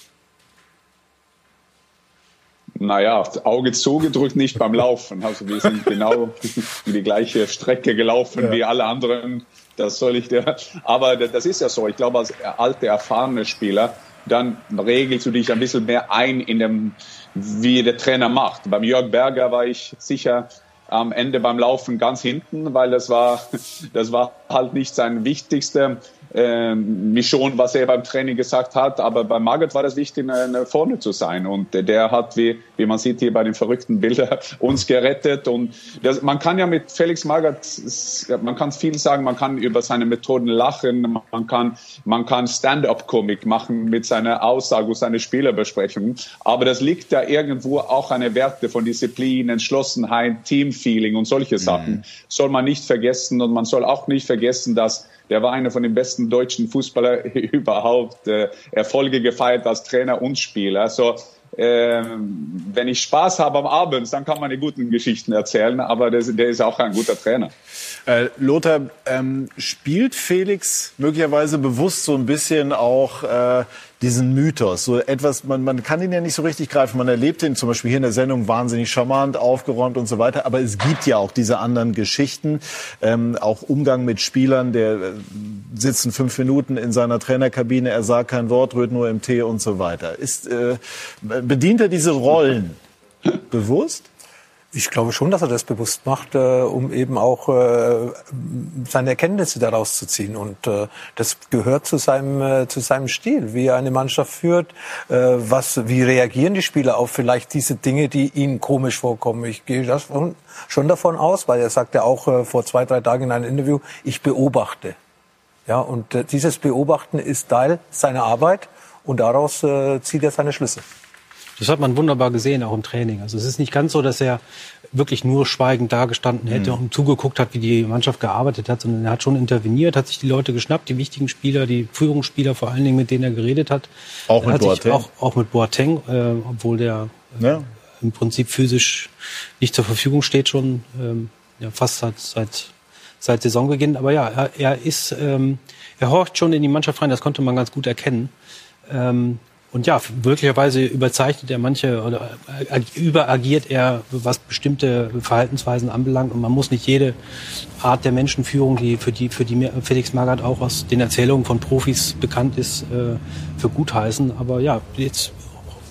Naja, Auge zugedrückt nicht beim Laufen. Also wir sind genau die gleiche Strecke gelaufen ja. wie alle anderen. Das soll ich dir. Aber das ist ja so. Ich glaube, als alte, erfahrene Spieler, dann regelst du dich ein bisschen mehr ein in dem, wie der Trainer macht. Beim Jörg Berger war ich sicher am Ende beim Laufen ganz hinten, weil das war, das war halt nicht sein wichtigste ähm, Mission, was er beim Training gesagt hat. Aber bei Magath war das wichtig, äh, vorne zu sein. Und der, der hat, wie, wie man sieht hier bei den verrückten Bildern, uns gerettet. Und das, man kann ja mit Felix Magath, man kann viel sagen, man kann über seine Methoden lachen, man kann, man kann Stand-up-Comic machen mit seiner Aussage und seiner Spielerbesprechungen. Aber das liegt ja irgendwo auch an den Werten von Disziplin, Entschlossenheit, Teamfeeling und solche Sachen. Mhm. Soll man nicht vergessen. Und man soll auch nicht vergessen, dass der war einer von den besten deutschen Fußballer überhaupt, äh, Erfolge gefeiert als Trainer und Spieler. Also, äh, wenn ich Spaß habe am Abend, dann kann man die guten Geschichten erzählen, aber der, der ist auch ein guter Trainer. Äh, Lothar, ähm, spielt Felix möglicherweise bewusst so ein bisschen auch äh, diesen Mythos? So etwas, man, man kann ihn ja nicht so richtig greifen. Man erlebt ihn zum Beispiel hier in der Sendung wahnsinnig charmant, aufgeräumt und so weiter. Aber es gibt ja auch diese anderen Geschichten, ähm, auch Umgang mit Spielern, der äh, sitzen fünf Minuten in seiner Trainerkabine, er sagt kein Wort, rührt nur im Tee und so weiter. Ist, äh, bedient er diese Rollen bewusst? Ich glaube schon, dass er das bewusst macht, äh, um eben auch äh, seine Erkenntnisse daraus zu ziehen. Und äh, das gehört zu seinem äh, zu seinem Stil, wie er eine Mannschaft führt. Äh, was, wie reagieren die Spieler auf vielleicht diese Dinge, die ihnen komisch vorkommen? Ich gehe das schon, schon davon aus, weil er sagt ja auch äh, vor zwei, drei Tagen in einem Interview, ich beobachte. Ja, und äh, dieses Beobachten ist Teil seiner Arbeit und daraus äh, zieht er seine Schlüsse. Das hat man wunderbar gesehen, auch im Training. Also es ist nicht ganz so, dass er wirklich nur schweigend dagestanden hätte mhm. und zugeguckt hat, wie die Mannschaft gearbeitet hat, sondern er hat schon interveniert, hat sich die Leute geschnappt, die wichtigen Spieler, die Führungsspieler vor allen Dingen, mit denen er geredet hat. Auch mit Boateng? Auch, auch mit Boateng, äh, obwohl der äh, ja. im Prinzip physisch nicht zur Verfügung steht, schon ähm, ja, fast seit, seit, seit Saisonbeginn. Aber ja, er, er ist, ähm, er horcht schon in die Mannschaft rein, das konnte man ganz gut erkennen. Ähm, Und ja, möglicherweise überzeichnet er manche oder überagiert er, was bestimmte Verhaltensweisen anbelangt. Und man muss nicht jede Art der Menschenführung, die für die für die Felix Magath auch aus den Erzählungen von Profis bekannt ist, für gutheißen. Aber ja, jetzt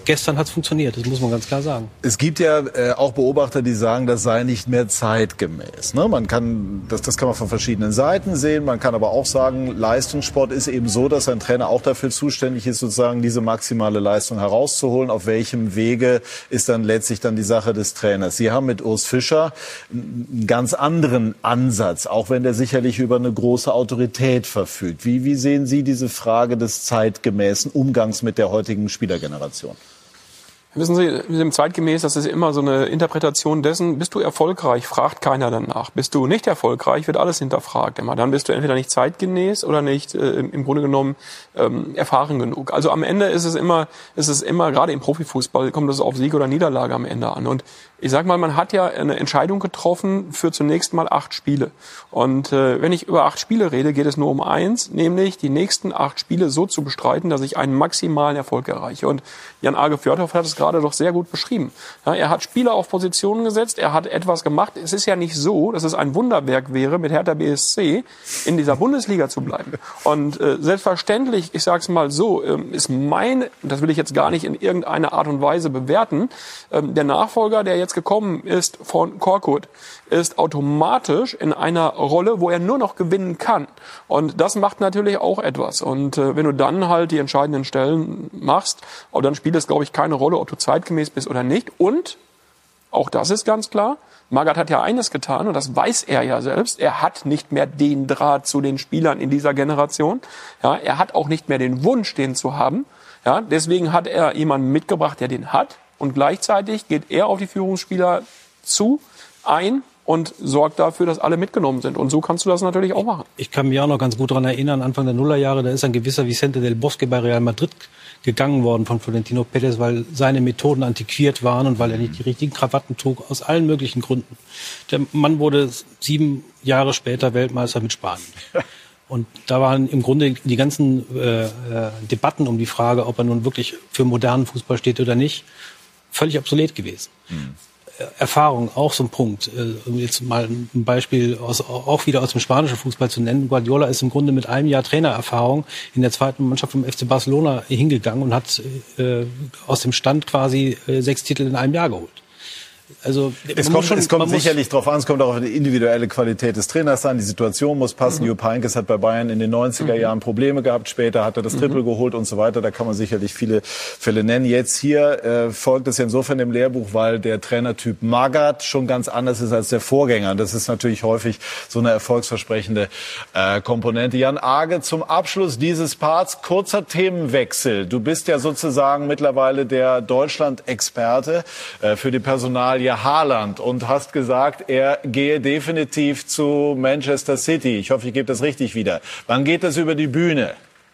gestern hat es funktioniert, das muss man ganz klar sagen. Es gibt ja äh, auch Beobachter, die sagen, das sei nicht mehr zeitgemäß. Ne? Man kann, das, das kann man von verschiedenen Seiten sehen. Man kann aber auch sagen, Leistungssport ist eben so, dass ein Trainer auch dafür zuständig ist, sozusagen diese maximale Leistung herauszuholen. Auf welchem Wege ist dann letztlich dann die Sache des Trainers. Sie haben mit Urs Fischer einen ganz anderen Ansatz, auch wenn der sicherlich über eine große Autorität verfügt. Wie, wie sehen Sie diese Frage des zeitgemäßen Umgangs mit der heutigen Spielergeneration? Wissen Sie, mit dem zeitgemäß, das ist immer so eine Interpretation dessen, bist du erfolgreich, fragt keiner danach. Bist du nicht erfolgreich, wird alles hinterfragt immer. Dann bist du entweder nicht zeitgemäß oder nicht äh, im Grunde genommen ähm, erfahren genug. Also am Ende ist es immer, ist es immer, gerade im Profifußball, kommt es auf Sieg oder Niederlage am Ende an. Und ich sag mal, man hat ja eine Entscheidung getroffen für zunächst mal acht Spiele. Und äh, wenn ich über acht Spiele rede, geht es nur um eins, nämlich die nächsten acht Spiele so zu bestreiten, dass ich einen maximalen Erfolg erreiche. Und Jan-Arge Fjordhoff hat es gerade doch sehr gut beschrieben. Ja, er hat Spieler auf Positionen gesetzt, er hat etwas gemacht. Es ist ja nicht so, dass es ein Wunderwerk wäre, mit Hertha B S C in dieser Bundesliga zu bleiben. Und äh, selbstverständlich, ich sage es mal so, äh, ist mein, das will ich jetzt gar nicht in irgendeiner Art und Weise bewerten, äh, der Nachfolger, der jetzt gekommen ist von Korkut, ist automatisch in einer Rolle, wo er nur noch gewinnen kann. Und das macht natürlich auch etwas. Und äh, wenn du dann halt die entscheidenden Stellen machst, auch dann spielt es, glaube ich, keine Rolle, ob du zeitgemäß bist oder nicht. Und, auch das ist ganz klar, Magath hat ja eines getan, und das weiß er ja selbst, er hat nicht mehr den Draht zu den Spielern in dieser Generation. Ja, er hat auch nicht mehr den Wunsch, den zu haben. Ja, deswegen hat er jemanden mitgebracht, der den hat. Und gleichzeitig geht er auf die Führungsspieler zu, ein und sorgt dafür, dass alle mitgenommen sind. Und so kannst du das natürlich auch machen. Ich kann mich auch noch ganz gut daran erinnern, Anfang der Nullerjahre, da ist ein gewisser Vicente del Bosque bei Real Madrid gegangen worden von Florentino Pérez, weil seine Methoden antiquiert waren und weil er nicht die richtigen Krawatten trug, aus allen möglichen Gründen. Der Mann wurde sieben Jahre später Weltmeister mit Spanien. Und da waren im Grunde die ganzen äh, äh, Debatten um die Frage, ob er nun wirklich für modernen Fußball steht oder nicht, völlig obsolet gewesen. Mhm. Erfahrung, auch so ein Punkt. Um jetzt mal ein Beispiel aus, auch wieder aus dem spanischen Fußball zu nennen. Guardiola ist im Grunde mit einem Jahr Trainererfahrung in der zweiten Mannschaft vom F C Barcelona hingegangen und hat äh, aus dem Stand quasi äh, sechs Titel in einem Jahr geholt. Also, es kommt, schon, es kommt sicherlich drauf an, es kommt auch auf die individuelle Qualität des Trainers an, die Situation muss passen. Mhm. Jupp Heynckes hat bei Bayern in den neunziger mhm. Jahren Probleme gehabt, später hat er das Triple mhm. geholt und so weiter. Da kann man sicherlich viele Fälle nennen. Jetzt hier äh, folgt es ja insofern im Lehrbuch, weil der Trainertyp Magath schon ganz anders ist als der Vorgänger. Das ist natürlich häufig so eine erfolgsversprechende äh, Komponente. Jan-Arge, zum Abschluss dieses Parts, kurzer Themenwechsel. Du bist ja sozusagen mittlerweile der Deutschland-Experte äh, für die Personal Haaland und hast gesagt, er gehe definitiv zu Manchester City. Ich hoffe, ich gebe das richtig wieder. Wann geht das über die Bühne?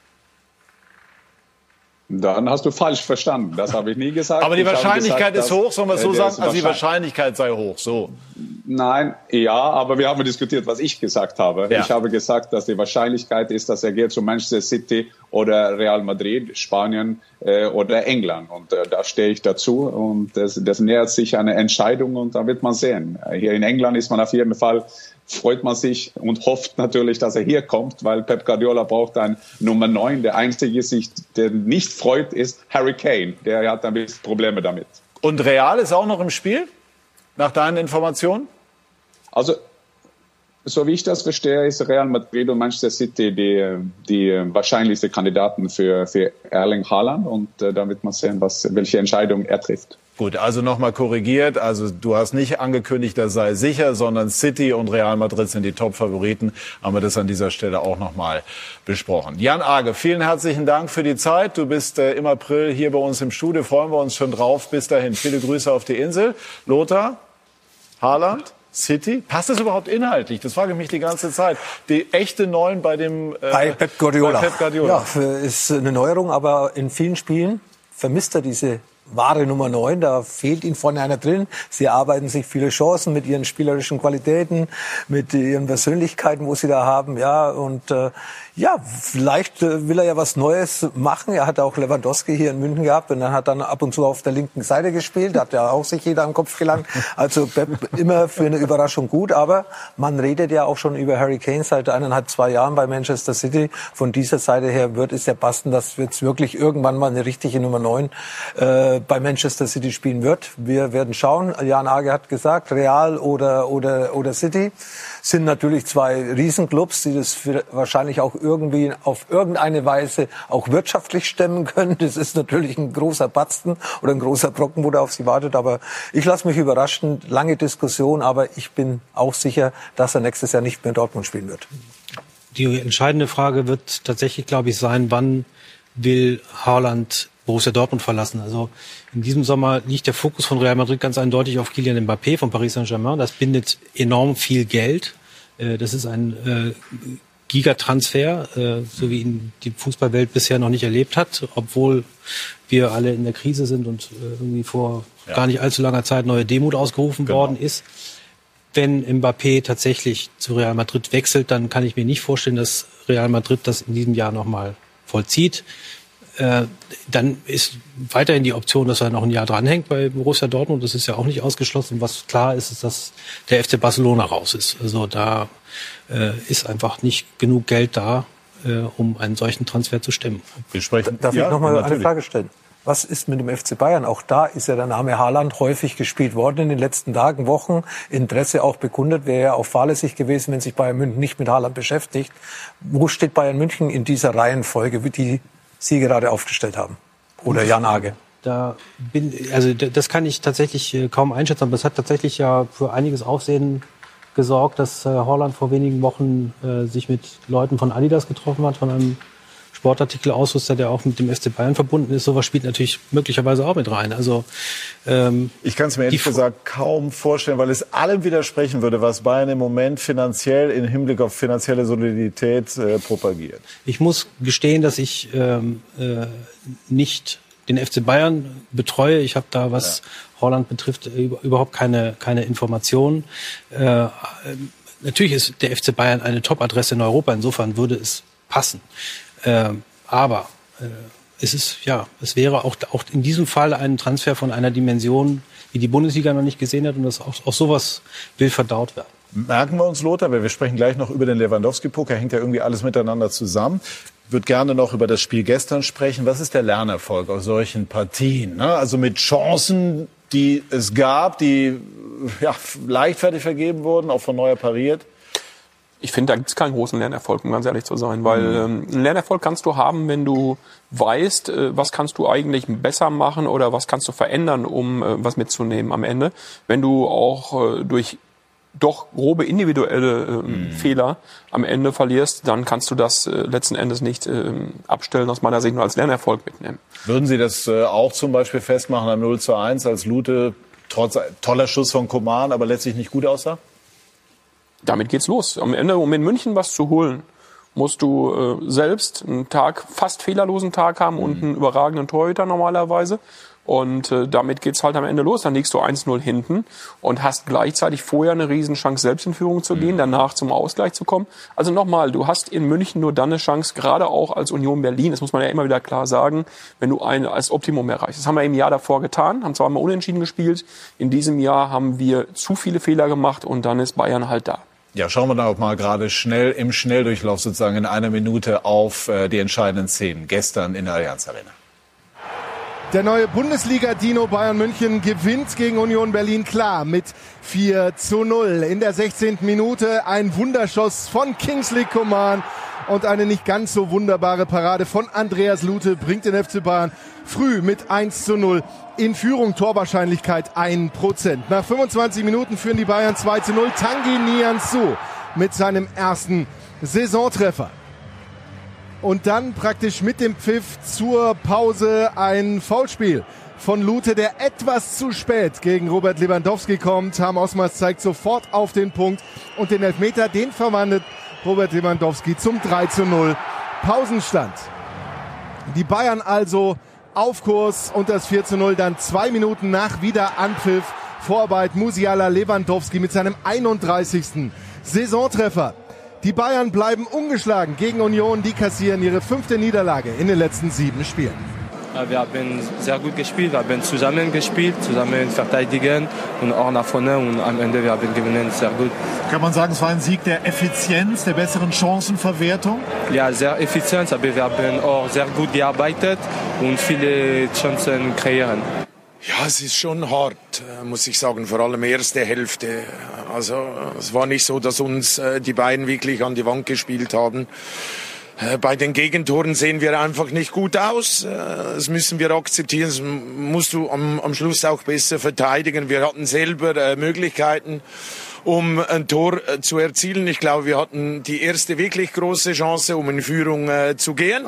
Dann hast du falsch verstanden. Das habe ich nie gesagt. Aber die ich Wahrscheinlichkeit gesagt, ist hoch, sollen wir es so äh, sagen? Also die Wahrscheinlichkeit sei hoch, so. Nein, ja, aber wir haben diskutiert, was ich gesagt habe. Ja. Ich habe gesagt, dass die Wahrscheinlichkeit ist, dass er geht zu Manchester City oder Real Madrid, Spanien äh, oder England. Und äh, da stehe ich dazu. Und das, das nähert sich eine Entscheidung und da wird man sehen. Hier in England ist man auf jeden Fall, freut man sich und hofft natürlich, dass er hier kommt, weil Pep Guardiola braucht einen Nummer neun. Der einzige, der nicht freut, ist Harry Kane. Der hat ein bisschen Probleme damit. Und Real ist auch noch im Spiel? Nach deinen Informationen? Also, so wie ich das verstehe, ist Real Madrid und Manchester City die, die wahrscheinlichsten Kandidaten für, für Erling Haaland. Und äh, da wird man sehen, was, welche Entscheidung er trifft. Gut, also nochmal korrigiert. Also du hast nicht angekündigt, das sei sicher, sondern City und Real Madrid sind die Top-Favoriten. Haben wir das an dieser Stelle auch nochmal besprochen. Jan-Arge, vielen herzlichen Dank für die Zeit. Du bist äh, im April hier bei uns im Studio. Freuen wir uns schon drauf. Bis dahin. Viele Grüße auf die Insel. Lothar, Haaland, City. Passt das überhaupt inhaltlich? Das frage ich mich die ganze Zeit. Die echte Neun bei dem äh, bei Pep Guardiola. Bei Pep Guardiola. Ja, ist eine Neuerung, aber in vielen Spielen vermisst er diese wahre Nummer neun, da fehlt ihnen vorne einer drin. Sie arbeiten sich viele Chancen mit ihren spielerischen Qualitäten, mit ihren Persönlichkeiten, wo sie da haben. Ja, und äh, ja, vielleicht äh, will er ja was Neues machen. Er hat auch Lewandowski hier in München gehabt und dann hat dann ab und zu auf der linken Seite gespielt. Da hat ja auch sich jeder am Kopf gelangt. Also Pep immer für eine Überraschung gut. Aber man redet ja auch schon über Harry Kane seit eineinhalb, zwei Jahren bei Manchester City. Von dieser Seite her wird es ja passen, dass jetzt wirklich irgendwann mal eine richtige Nummer neun äh, äh, bei Manchester City spielen wird. Wir werden schauen. Jan Age hat gesagt, Real oder, oder, oder City sind natürlich zwei Riesenclubs, die das für wahrscheinlich auch irgendwie auf irgendeine Weise auch wirtschaftlich stemmen können. Das ist natürlich ein großer Batzen oder ein großer Brocken, wo da auf sie wartet. Aber ich lasse mich überraschen. Lange Diskussion, aber ich bin auch sicher, dass er nächstes Jahr nicht mehr in Dortmund spielen wird. Die entscheidende Frage wird tatsächlich, glaube ich, sein, wann will Haaland Borussia Dortmund verlassen. Also in diesem Sommer liegt der Fokus von Real Madrid ganz eindeutig auf Kylian Mbappé von Paris Saint-Germain. Das bindet enorm viel Geld. Das ist ein Gigatransfer, so wie ihn die Fußballwelt bisher noch nicht erlebt hat, obwohl wir alle in der Krise sind und irgendwie vor ja. gar nicht allzu langer Zeit neue Demut ausgerufen genau. worden ist. Wenn Mbappé tatsächlich zu Real Madrid wechselt, dann kann ich mir nicht vorstellen, dass Real Madrid das in diesem Jahr nochmal vollzieht. Äh, dann ist weiterhin die Option, dass er noch ein Jahr dranhängt bei Borussia Dortmund. Das ist ja auch nicht ausgeschlossen. Was klar ist, ist, dass der F C Barcelona raus ist. Also da äh, ist einfach nicht genug Geld da, äh, um einen solchen Transfer zu stemmen. Wir sprechen, Darf ja, ich noch mal natürlich. eine Frage stellen? Was ist mit dem F C Bayern? Auch da ist ja der Name Haaland häufig gespielt worden in den letzten Tagen, Wochen. Interesse auch bekundet. Wäre ja auch fahrlässig gewesen, wenn sich Bayern München nicht mit Haaland beschäftigt. Wo steht Bayern München in dieser Reihenfolge, wie die Sie gerade aufgestellt haben? Oder Jan Age? Da bin, also das kann ich tatsächlich kaum einschätzen. Aber es hat tatsächlich ja für einiges Aufsehen gesorgt, dass Haaland vor wenigen Wochen äh, sich mit Leuten von Adidas getroffen hat, von einem Sportartikelausrüster, der auch mit dem F C Bayern verbunden ist. Sowas spielt natürlich möglicherweise auch mit rein. Also ähm, ich kann es mir ehrlich gesagt kaum vorstellen, weil es allem widersprechen würde, was Bayern im Moment finanziell im Hinblick auf finanzielle Solidität äh, propagiert. Ich muss gestehen, dass ich ähm, äh, nicht den F C Bayern betreue. Ich habe da, was ja. Haaland betrifft, überhaupt keine keine Informationen. Äh, natürlich ist der F C Bayern eine Top-Adresse in Europa. Insofern würde es passen. Äh, aber äh, es ist ja, es wäre auch auch in diesem Fall ein Transfer von einer Dimension, wie die Bundesliga noch nicht gesehen hat, und das auch, auch sowas will verdaut werden. Merken wir uns, Lothar, weil wir sprechen gleich noch über den Lewandowski-Poker, hängt ja irgendwie alles miteinander zusammen. Ich würde gerne noch über das Spiel gestern sprechen. Was ist der Lernerfolg aus solchen Partien? Ne? Also mit Chancen, die es gab, die ja, leichtfertig vergeben wurden, auch von Neuer pariert. Ich finde, da gibt es keinen großen Lernerfolg, um ganz ehrlich zu sein. Weil ähm, einen Lernerfolg kannst du haben, wenn du weißt, äh, was kannst du eigentlich besser machen oder was kannst du verändern, um äh, was mitzunehmen am Ende. Wenn du auch äh, durch doch grobe individuelle äh, mhm. Fehler am Ende verlierst, dann kannst du das äh, letzten Endes nicht äh, abstellen, aus meiner Sicht nur als Lernerfolg mitnehmen. Würden Sie das äh, auch zum Beispiel festmachen am null zu eins, als Lute trotz toller Schuss von Coman, aber letztlich nicht gut aussah? Damit geht's los. Am Ende, um in München was zu holen, musst du äh, selbst einen Tag, fast fehlerlosen Tag haben mhm. und einen überragenden Torhüter normalerweise. Und äh, damit geht's halt am Ende los. Dann liegst du eins null hinten und hast gleichzeitig vorher eine Riesenchance, selbst in Führung zu gehen, mhm. danach zum Ausgleich zu kommen. Also nochmal, du hast in München nur dann eine Chance, gerade auch als Union Berlin, das muss man ja immer wieder klar sagen, wenn du ein als Optimum erreichst. Das haben wir im Jahr davor getan, haben zwar mal unentschieden gespielt. In diesem Jahr haben wir zu viele Fehler gemacht und dann ist Bayern halt da. Ja, schauen wir da mal gerade schnell im Schnelldurchlauf sozusagen in einer Minute auf äh, die entscheidenden Szenen gestern in der Allianz Arena. Der neue Bundesliga-Dino Bayern München gewinnt gegen Union Berlin klar mit vier zu null. In der sechzehnten Minute ein Wunderschuss von Kingsley Coman und eine nicht ganz so wunderbare Parade von Andreas Lute bringt den F C Bayern früh mit eins zu null in Führung. Torwahrscheinlichkeit ein Prozent. Nach fünfundzwanzig Minuten führen die Bayern zwei zu null. Tanguy Nianzou mit seinem ersten Saisontreffer. Und dann praktisch mit dem Pfiff zur Pause ein Foulspiel von Lute, der etwas zu spät gegen Robert Lewandowski kommt. Harm Osmas zeigt sofort auf den Punkt und den Elfmeter, den verwandelt Robert Lewandowski zum drei zu null. Pausenstand. Die Bayern also auf Kurs und das vier zu null dann zwei Minuten nach Wiederanpfiff. Vorarbeit Musiala, Lewandowski mit seinem einunddreißigsten Saisontreffer. Die Bayern bleiben ungeschlagen gegen Union, die kassieren ihre fünfte Niederlage in den letzten sieben Spielen. Wir haben sehr gut gespielt, wir haben zusammen gespielt, zusammen verteidigen und auch nach vorne und am Ende wir haben gewonnen sehr gut. Kann man sagen, es war ein Sieg der Effizienz, der besseren Chancenverwertung? Ja, sehr effizient, aber wir haben auch sehr gut gearbeitet und viele Chancen kreieren. Ja, es ist schon hart, muss ich sagen, vor allem erste Hälfte. Also es war nicht so, dass uns die beiden wirklich an die Wand gespielt haben. Bei den Gegentoren sehen wir einfach nicht gut aus. Das müssen wir akzeptieren. Das musst du am, am Schluss auch besser verteidigen. Wir hatten selber äh, Möglichkeiten, um ein Tor äh, zu erzielen. Ich glaube, wir hatten die erste wirklich große Chance, um in Führung äh, zu gehen.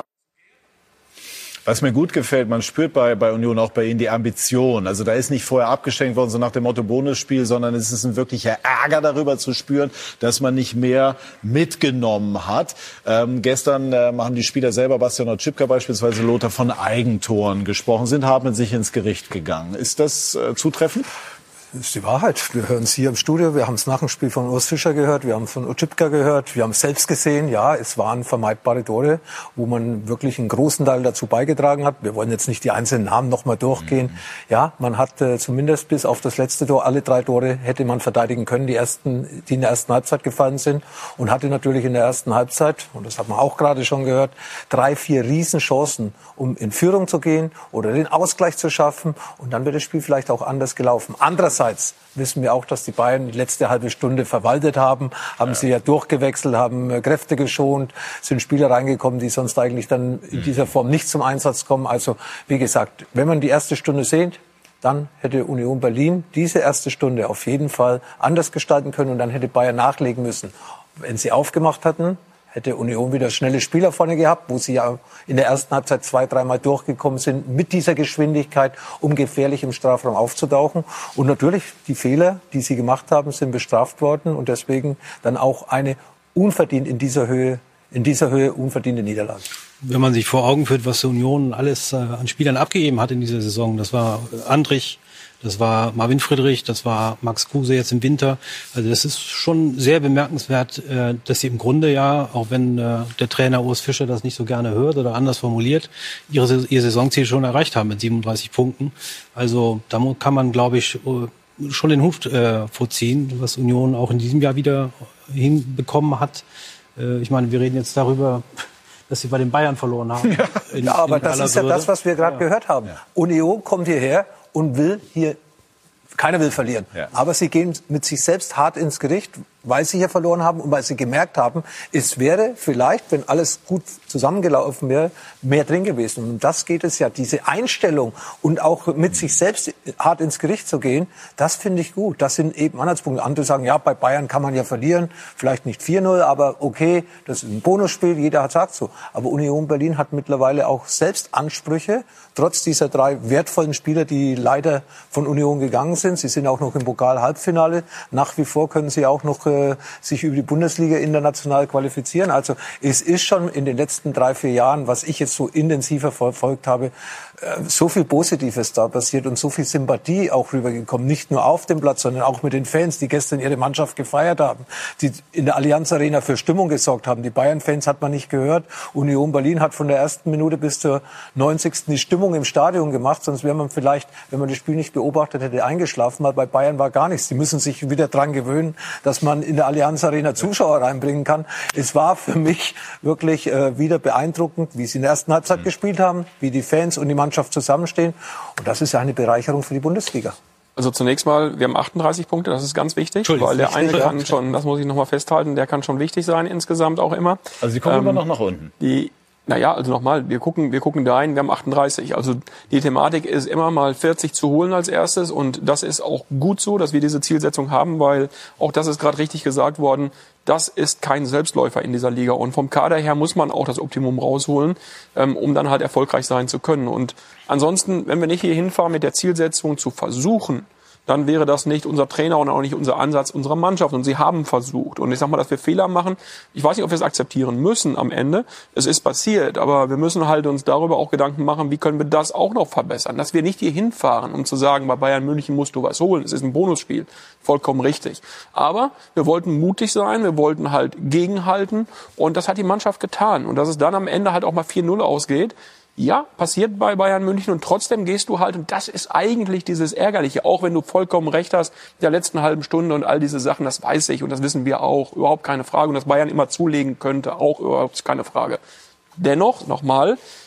Was mir gut gefällt, man spürt bei, bei Union auch bei Ihnen die Ambition. Also da ist nicht vorher abgeschenkt worden, so nach dem Motto Bonusspiel, sondern es ist ein wirklicher Ärger darüber zu spüren, dass man nicht mehr mitgenommen hat. Ähm, gestern ähm, haben die Spieler selber, Bastian Oczipka beispielsweise, Lothar, von Eigentoren gesprochen, sind hart mit sich ins Gericht gegangen. Ist das äh, zutreffend? Das ist die Wahrheit. Wir hören es hier im Studio. Wir haben es nach dem Spiel von Urs Fischer gehört. Wir haben es von Oczipka gehört. Wir haben es selbst gesehen. Ja, es waren vermeidbare Tore, wo man wirklich einen großen Teil dazu beigetragen hat. Wir wollen jetzt nicht die einzelnen Namen noch mal durchgehen. Mhm. Ja, man hat äh, zumindest bis auf das letzte Tor alle drei Tore hätte man verteidigen können, die ersten, die in der ersten Halbzeit gefallen sind. Und hatte natürlich in der ersten Halbzeit, und das hat man auch gerade schon gehört, drei, vier Riesenchancen, um in Führung zu gehen oder den Ausgleich zu schaffen. Und dann wird das Spiel vielleicht auch anders gelaufen. Andererseits wissen wir auch, dass die Bayern die letzte halbe Stunde verwaltet haben, haben ja. sie ja durchgewechselt, haben Kräfte geschont, sind Spieler reingekommen, die sonst eigentlich dann in dieser Form nicht zum Einsatz kommen. Also wie gesagt, wenn man die erste Stunde sieht, dann hätte Union Berlin diese erste Stunde auf jeden Fall anders gestalten können und dann hätte Bayern nachlegen müssen. Wenn sie aufgemacht hatten, hätte Union wieder schnelle Spieler vorne gehabt, wo sie ja in der ersten Halbzeit zwei, dreimal durchgekommen sind mit dieser Geschwindigkeit, um gefährlich im Strafraum aufzutauchen. Und natürlich, die Fehler, die sie gemacht haben, sind bestraft worden und deswegen dann auch eine unverdient in dieser Höhe, in dieser Höhe unverdiente Niederlage. Wenn man sich vor Augen führt, was die Union alles äh, an Spielern abgegeben hat in dieser Saison, das war Andrich, das war Marvin Friedrich, das war Max Kruse jetzt im Winter. Also das ist schon sehr bemerkenswert, dass sie im Grunde ja, auch wenn der Trainer Urs Fischer das nicht so gerne hört oder anders formuliert, ihre, ihr Saisonziel schon erreicht haben mit siebenunddreißig Punkten. Also da kann man, glaube ich, schon den Hut äh, vorziehen, was Union auch in diesem Jahr wieder hinbekommen hat. Äh, ich meine, wir reden jetzt darüber, dass sie bei den Bayern verloren haben. Ja, in, ja aber das ist ja Würde. das, was wir gerade ja. gehört haben. Ja. Union kommt hierher und will hier, keiner will verlieren. Ja. Aber sie gehen mit sich selbst hart ins Gericht, weil sie hier verloren haben und weil sie gemerkt haben, es wäre vielleicht, wenn alles gut zusammengelaufen wäre, mehr drin gewesen. Und um das geht es ja, diese Einstellung und auch mit sich selbst hart ins Gericht zu gehen, das finde ich gut. Das sind eben Anhaltspunkte. Andere sagen, ja, bei Bayern kann man ja verlieren, vielleicht nicht vier null, aber okay, das ist ein Bonusspiel, jeder hat sagt so. Aber Union Berlin hat mittlerweile auch selbst Ansprüche, trotz dieser drei wertvollen Spieler, die leider von Union gegangen sind. Sie sind auch noch im Pokal-Halbfinale. Nach wie vor können sie auch noch äh, sich über die Bundesliga international qualifizieren. Also es ist schon in den letzten drei, vier Jahren, was ich jetzt so intensiver verfolgt habe, äh, so viel Positives da passiert und so viel Sympathie auch rübergekommen. Nicht nur auf dem Platz, sondern auch mit den Fans, die gestern ihre Mannschaft gefeiert haben, die in der Allianz Arena für Stimmung gesorgt haben. Die Bayern-Fans hat man nicht gehört. Union Berlin hat von der ersten Minute bis zur neunzigsten die Stimmung im Stadion gemacht. Sonst wäre man vielleicht, wenn man das Spiel nicht beobachtet hätte, eingeschlafen, weil bei Bayern war gar nichts. Die müssen sich wieder dran gewöhnen, dass man in der Allianz Arena Zuschauer reinbringen kann. Es war für mich wirklich äh, wieder beeindruckend, wie sie in der ersten Halbzeit mhm. gespielt haben, wie die Fans und die Mannschaft zusammenstehen. Und das ist ja eine Bereicherung für die Bundesliga. Also zunächst mal, wir haben achtunddreißig Punkte, das ist ganz wichtig, weil der eine kann schon, das muss ich noch mal festhalten, der kann schon wichtig sein insgesamt auch immer. Also Sie gucken ähm, immer noch nach unten. Die Naja, also nochmal, wir gucken, wir gucken da rein, wir haben achtunddreißig. Also die Thematik ist immer mal vierzig zu holen als erstes und das ist auch gut so, dass wir diese Zielsetzung haben, weil auch das ist gerade richtig gesagt worden, das ist kein Selbstläufer in dieser Liga und vom Kader her muss man auch das Optimum rausholen, ähm, um dann halt erfolgreich sein zu können. Und ansonsten, wenn wir nicht hier hinfahren mit der Zielsetzung zu versuchen, dann wäre das nicht unser Trainer und auch nicht unser Ansatz unserer Mannschaft. Und sie haben versucht. Und ich sag mal, dass wir Fehler machen. Ich weiß nicht, ob wir es akzeptieren müssen am Ende. Es ist passiert. Aber wir müssen halt uns darüber auch Gedanken machen, wie können wir das auch noch verbessern. Dass wir nicht hier hinfahren, um zu sagen, bei Bayern München musst du was holen. Es ist ein Bonusspiel. Vollkommen richtig. Aber wir wollten mutig sein. Wir wollten halt gegenhalten. Und das hat die Mannschaft getan. Und dass es dann am Ende halt auch mal vier null ausgeht, ja, passiert bei Bayern München und trotzdem gehst du halt, und das ist eigentlich dieses Ärgerliche, auch wenn du vollkommen recht hast, der letzten halben Stunde und all diese Sachen, das weiß ich und das wissen wir auch, überhaupt keine Frage und dass Bayern immer zulegen könnte, auch überhaupt keine Frage. Dennoch, nochmal,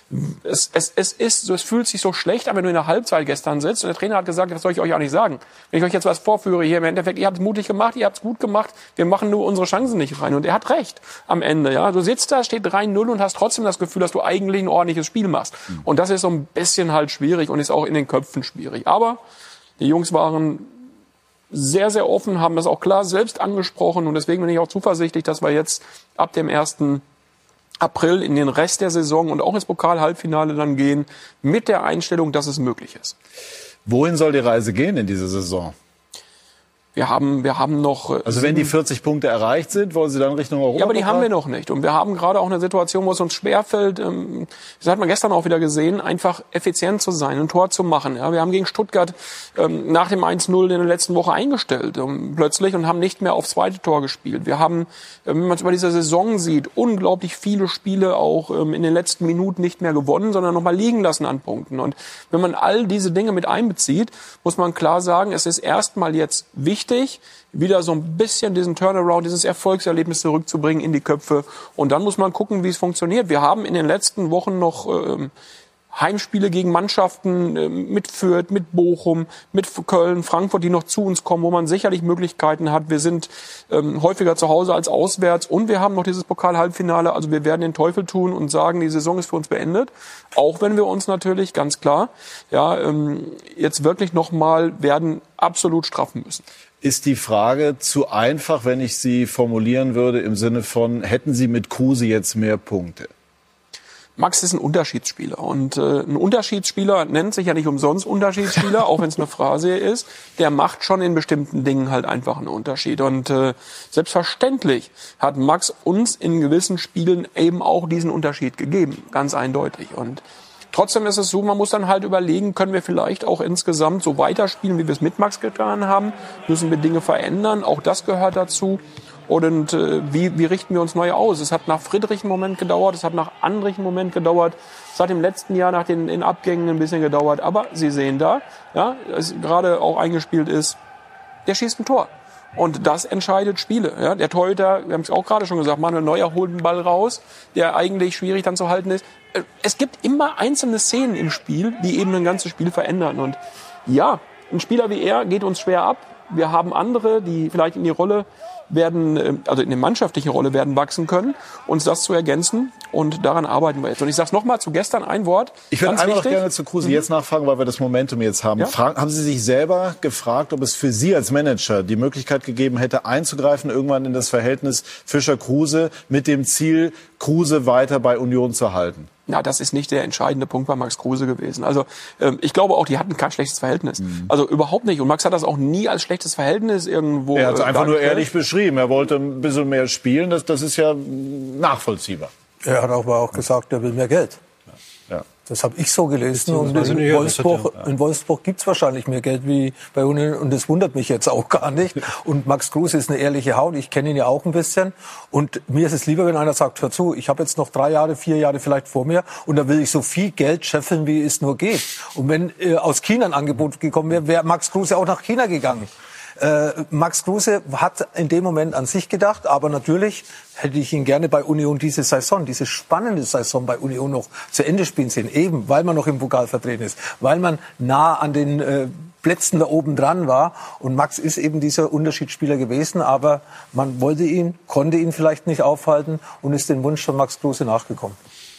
es, es, es ist, so, es fühlt sich so schlecht an, wenn du in der Halbzeit gestern sitzt und der Trainer hat gesagt, das soll ich euch auch nicht sagen. Wenn ich euch jetzt was vorführe hier im Endeffekt, ihr habt es mutig gemacht, ihr habt es gut gemacht, wir machen nur unsere Chancen nicht rein. Und er hat recht am Ende. Ja, du sitzt da, steht drei null und hast trotzdem das Gefühl, dass du eigentlich ein ordentliches Spiel machst. Mhm. Und das ist so ein bisschen halt schwierig und ist auch in den Köpfen schwierig. Aber die Jungs waren sehr, sehr offen, haben das auch klar selbst angesprochen und deswegen bin ich auch zuversichtlich, dass wir jetzt ab dem ersten April in den Rest der Saison und auch ins Pokal-Halbfinale dann gehen, mit der Einstellung, dass es möglich ist. Wohin soll die Reise gehen in dieser Saison? Wir haben, wir haben noch... Also wenn die vierzig Punkte erreicht sind, wollen Sie dann Richtung Europa? Ja, aber die haben wir noch nicht. Und wir haben gerade auch eine Situation, wo es uns schwerfällt, ähm, das hat man gestern auch wieder gesehen, einfach effizient zu sein, ein Tor zu machen. Ja, wir haben gegen Stuttgart ähm, nach dem eins null in der letzten Woche eingestellt ähm, plötzlich und haben nicht mehr aufs zweite Tor gespielt. Wir haben, äh, wenn man es über diese Saison sieht, unglaublich viele Spiele auch ähm, in den letzten Minuten nicht mehr gewonnen, sondern nochmal liegen lassen an Punkten. Und wenn man all diese Dinge mit einbezieht, muss man klar sagen, es ist erstmal jetzt wichtig, wieder so ein bisschen diesen Turnaround, dieses Erfolgserlebnis zurückzubringen in die Köpfe. Und dann muss man gucken, wie es funktioniert. Wir haben in den letzten Wochen noch ähm, Heimspiele gegen Mannschaften äh, mit Fürth, mit Bochum, mit Köln, Frankfurt, die noch zu uns kommen, wo man sicherlich Möglichkeiten hat. Wir sind ähm, häufiger zu Hause als auswärts und wir haben noch dieses Pokal-Halbfinale. Also wir werden den Teufel tun und sagen, die Saison ist für uns beendet. Auch wenn wir uns natürlich, ganz klar, ja, ähm, jetzt wirklich nochmal werden absolut straffen müssen. Ist die Frage zu einfach, wenn ich sie formulieren würde, im Sinne von, hätten Sie mit Kruse jetzt mehr Punkte? Max ist ein Unterschiedsspieler und äh, ein Unterschiedsspieler nennt sich ja nicht umsonst Unterschiedsspieler, auch wenn es eine Phrase ist. Der macht schon in bestimmten Dingen halt einfach einen Unterschied und äh, selbstverständlich hat Max uns in gewissen Spielen eben auch diesen Unterschied gegeben, ganz eindeutig. Und trotzdem ist es so, man muss dann halt überlegen, können wir vielleicht auch insgesamt so weiterspielen, wie wir es mit Max getan haben? Müssen wir Dinge verändern? Auch das gehört dazu. Und äh, wie, wie richten wir uns neu aus? Es hat nach Friedrich einen Moment gedauert, es hat nach Andrich einen Moment gedauert, es hat im letzten Jahr nach den, den Abgängen ein bisschen gedauert. Aber Sie sehen da, ja, es gerade auch eingespielt ist, der schießt ein Tor. Und das entscheidet Spiele. Ja, der Torhüter, wir haben es auch gerade schon gesagt, Manuel Neuer holt einen Ball raus, der eigentlich schwierig dann zu halten ist. Es gibt immer einzelne Szenen im Spiel, die eben ein ganzes Spiel verändern. Und ja, ein Spieler wie er geht uns schwer ab. Wir haben andere, die vielleicht in die Rolle werden, also in die mannschaftliche Rolle werden wachsen können, uns das zu ergänzen. Und daran arbeiten wir jetzt. Und ich sage es nochmal zu gestern ein Wort. Ich würde einmal noch gerne zu Kruse mhm. jetzt nachfragen, weil wir das Momentum jetzt haben. Ja? Fragen, haben Sie sich selber gefragt, ob es für Sie als Manager die Möglichkeit gegeben hätte, einzugreifen irgendwann in das Verhältnis Fischer-Kruse mit dem Ziel, Kruse weiter bei Union zu halten? Na, das ist nicht der entscheidende Punkt bei Max Kruse gewesen. Also ähm, ich glaube auch, die hatten kein schlechtes Verhältnis. Mhm. Also überhaupt nicht. Und Max hat das auch nie als schlechtes Verhältnis irgendwo. Er hat es äh, einfach nur ehrlich beschrieben. Er wollte ein bisschen mehr spielen. Das, das ist ja nachvollziehbar. Er hat aber auch gesagt, er will mehr Geld. Ja. Das habe ich so gelesen. Und in Wolfsburg, in Wolfsburg gibt es wahrscheinlich mehr Geld wie bei Union. Und das wundert mich jetzt auch gar nicht. Und Max Kruse ist eine ehrliche Haut. Ich kenne ihn ja auch ein bisschen. Und mir ist es lieber, wenn einer sagt, hör zu, ich habe jetzt noch drei Jahre, vier Jahre vielleicht vor mir. Und da will ich so viel Geld scheffeln, wie es nur geht. Und wenn äh, aus China ein Angebot gekommen wäre, wäre Max Kruse auch nach China gegangen. Äh, Max Kruse hat in dem Moment an sich gedacht, aber natürlich hätte ich ihn gerne bei Union diese Saison, diese spannende Saison bei Union noch zu Ende spielen sehen, eben weil man noch im Pokal vertreten ist, weil man nah an den äh, Plätzen da oben dran war. Und Max ist eben dieser Unterschiedsspieler gewesen, aber man wollte ihn, konnte ihn vielleicht nicht aufhalten und ist dem Wunsch von Max Kruse nachgekommen.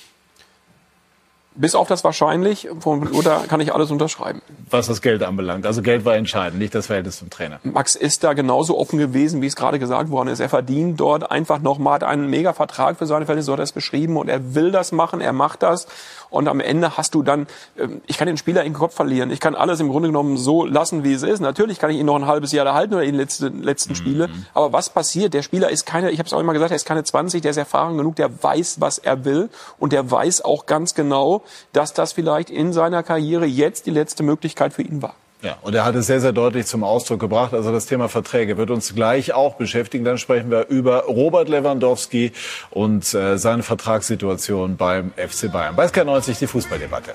Bis auf das wahrscheinlich, oder kann ich alles unterschreiben. Was das Geld anbelangt. Also Geld war entscheidend, nicht das Verhältnis zum Trainer. Max ist da genauso offen gewesen, wie es gerade gesagt worden ist. Er verdient dort einfach nochmal, hat einen Mega-Vertrag für seine Verhältnisse, so hat er es beschrieben. Und er will das machen, er macht das. Und am Ende hast du dann, ich kann den Spieler in den Kopf verlieren. Ich kann alles im Grunde genommen so lassen, wie es ist. Natürlich kann ich ihn noch ein halbes Jahr erhalten oder in den letzten, letzten mhm. Spiele. Aber was passiert? Der Spieler ist keine, ich habe es auch immer gesagt, er ist keine zwanzig, der ist erfahren genug, der weiß, was er will. Und der weiß auch ganz genau, dass das vielleicht in seiner Karriere jetzt die letzte Möglichkeit für ihn war. Ja, und er hat es sehr, sehr deutlich zum Ausdruck gebracht. Also das Thema Verträge wird uns gleich auch beschäftigen. Dann sprechen wir über Robert Lewandowski und äh, seine Vertragssituation beim F C Bayern. Bei S K neunzig die Fußballdebatte.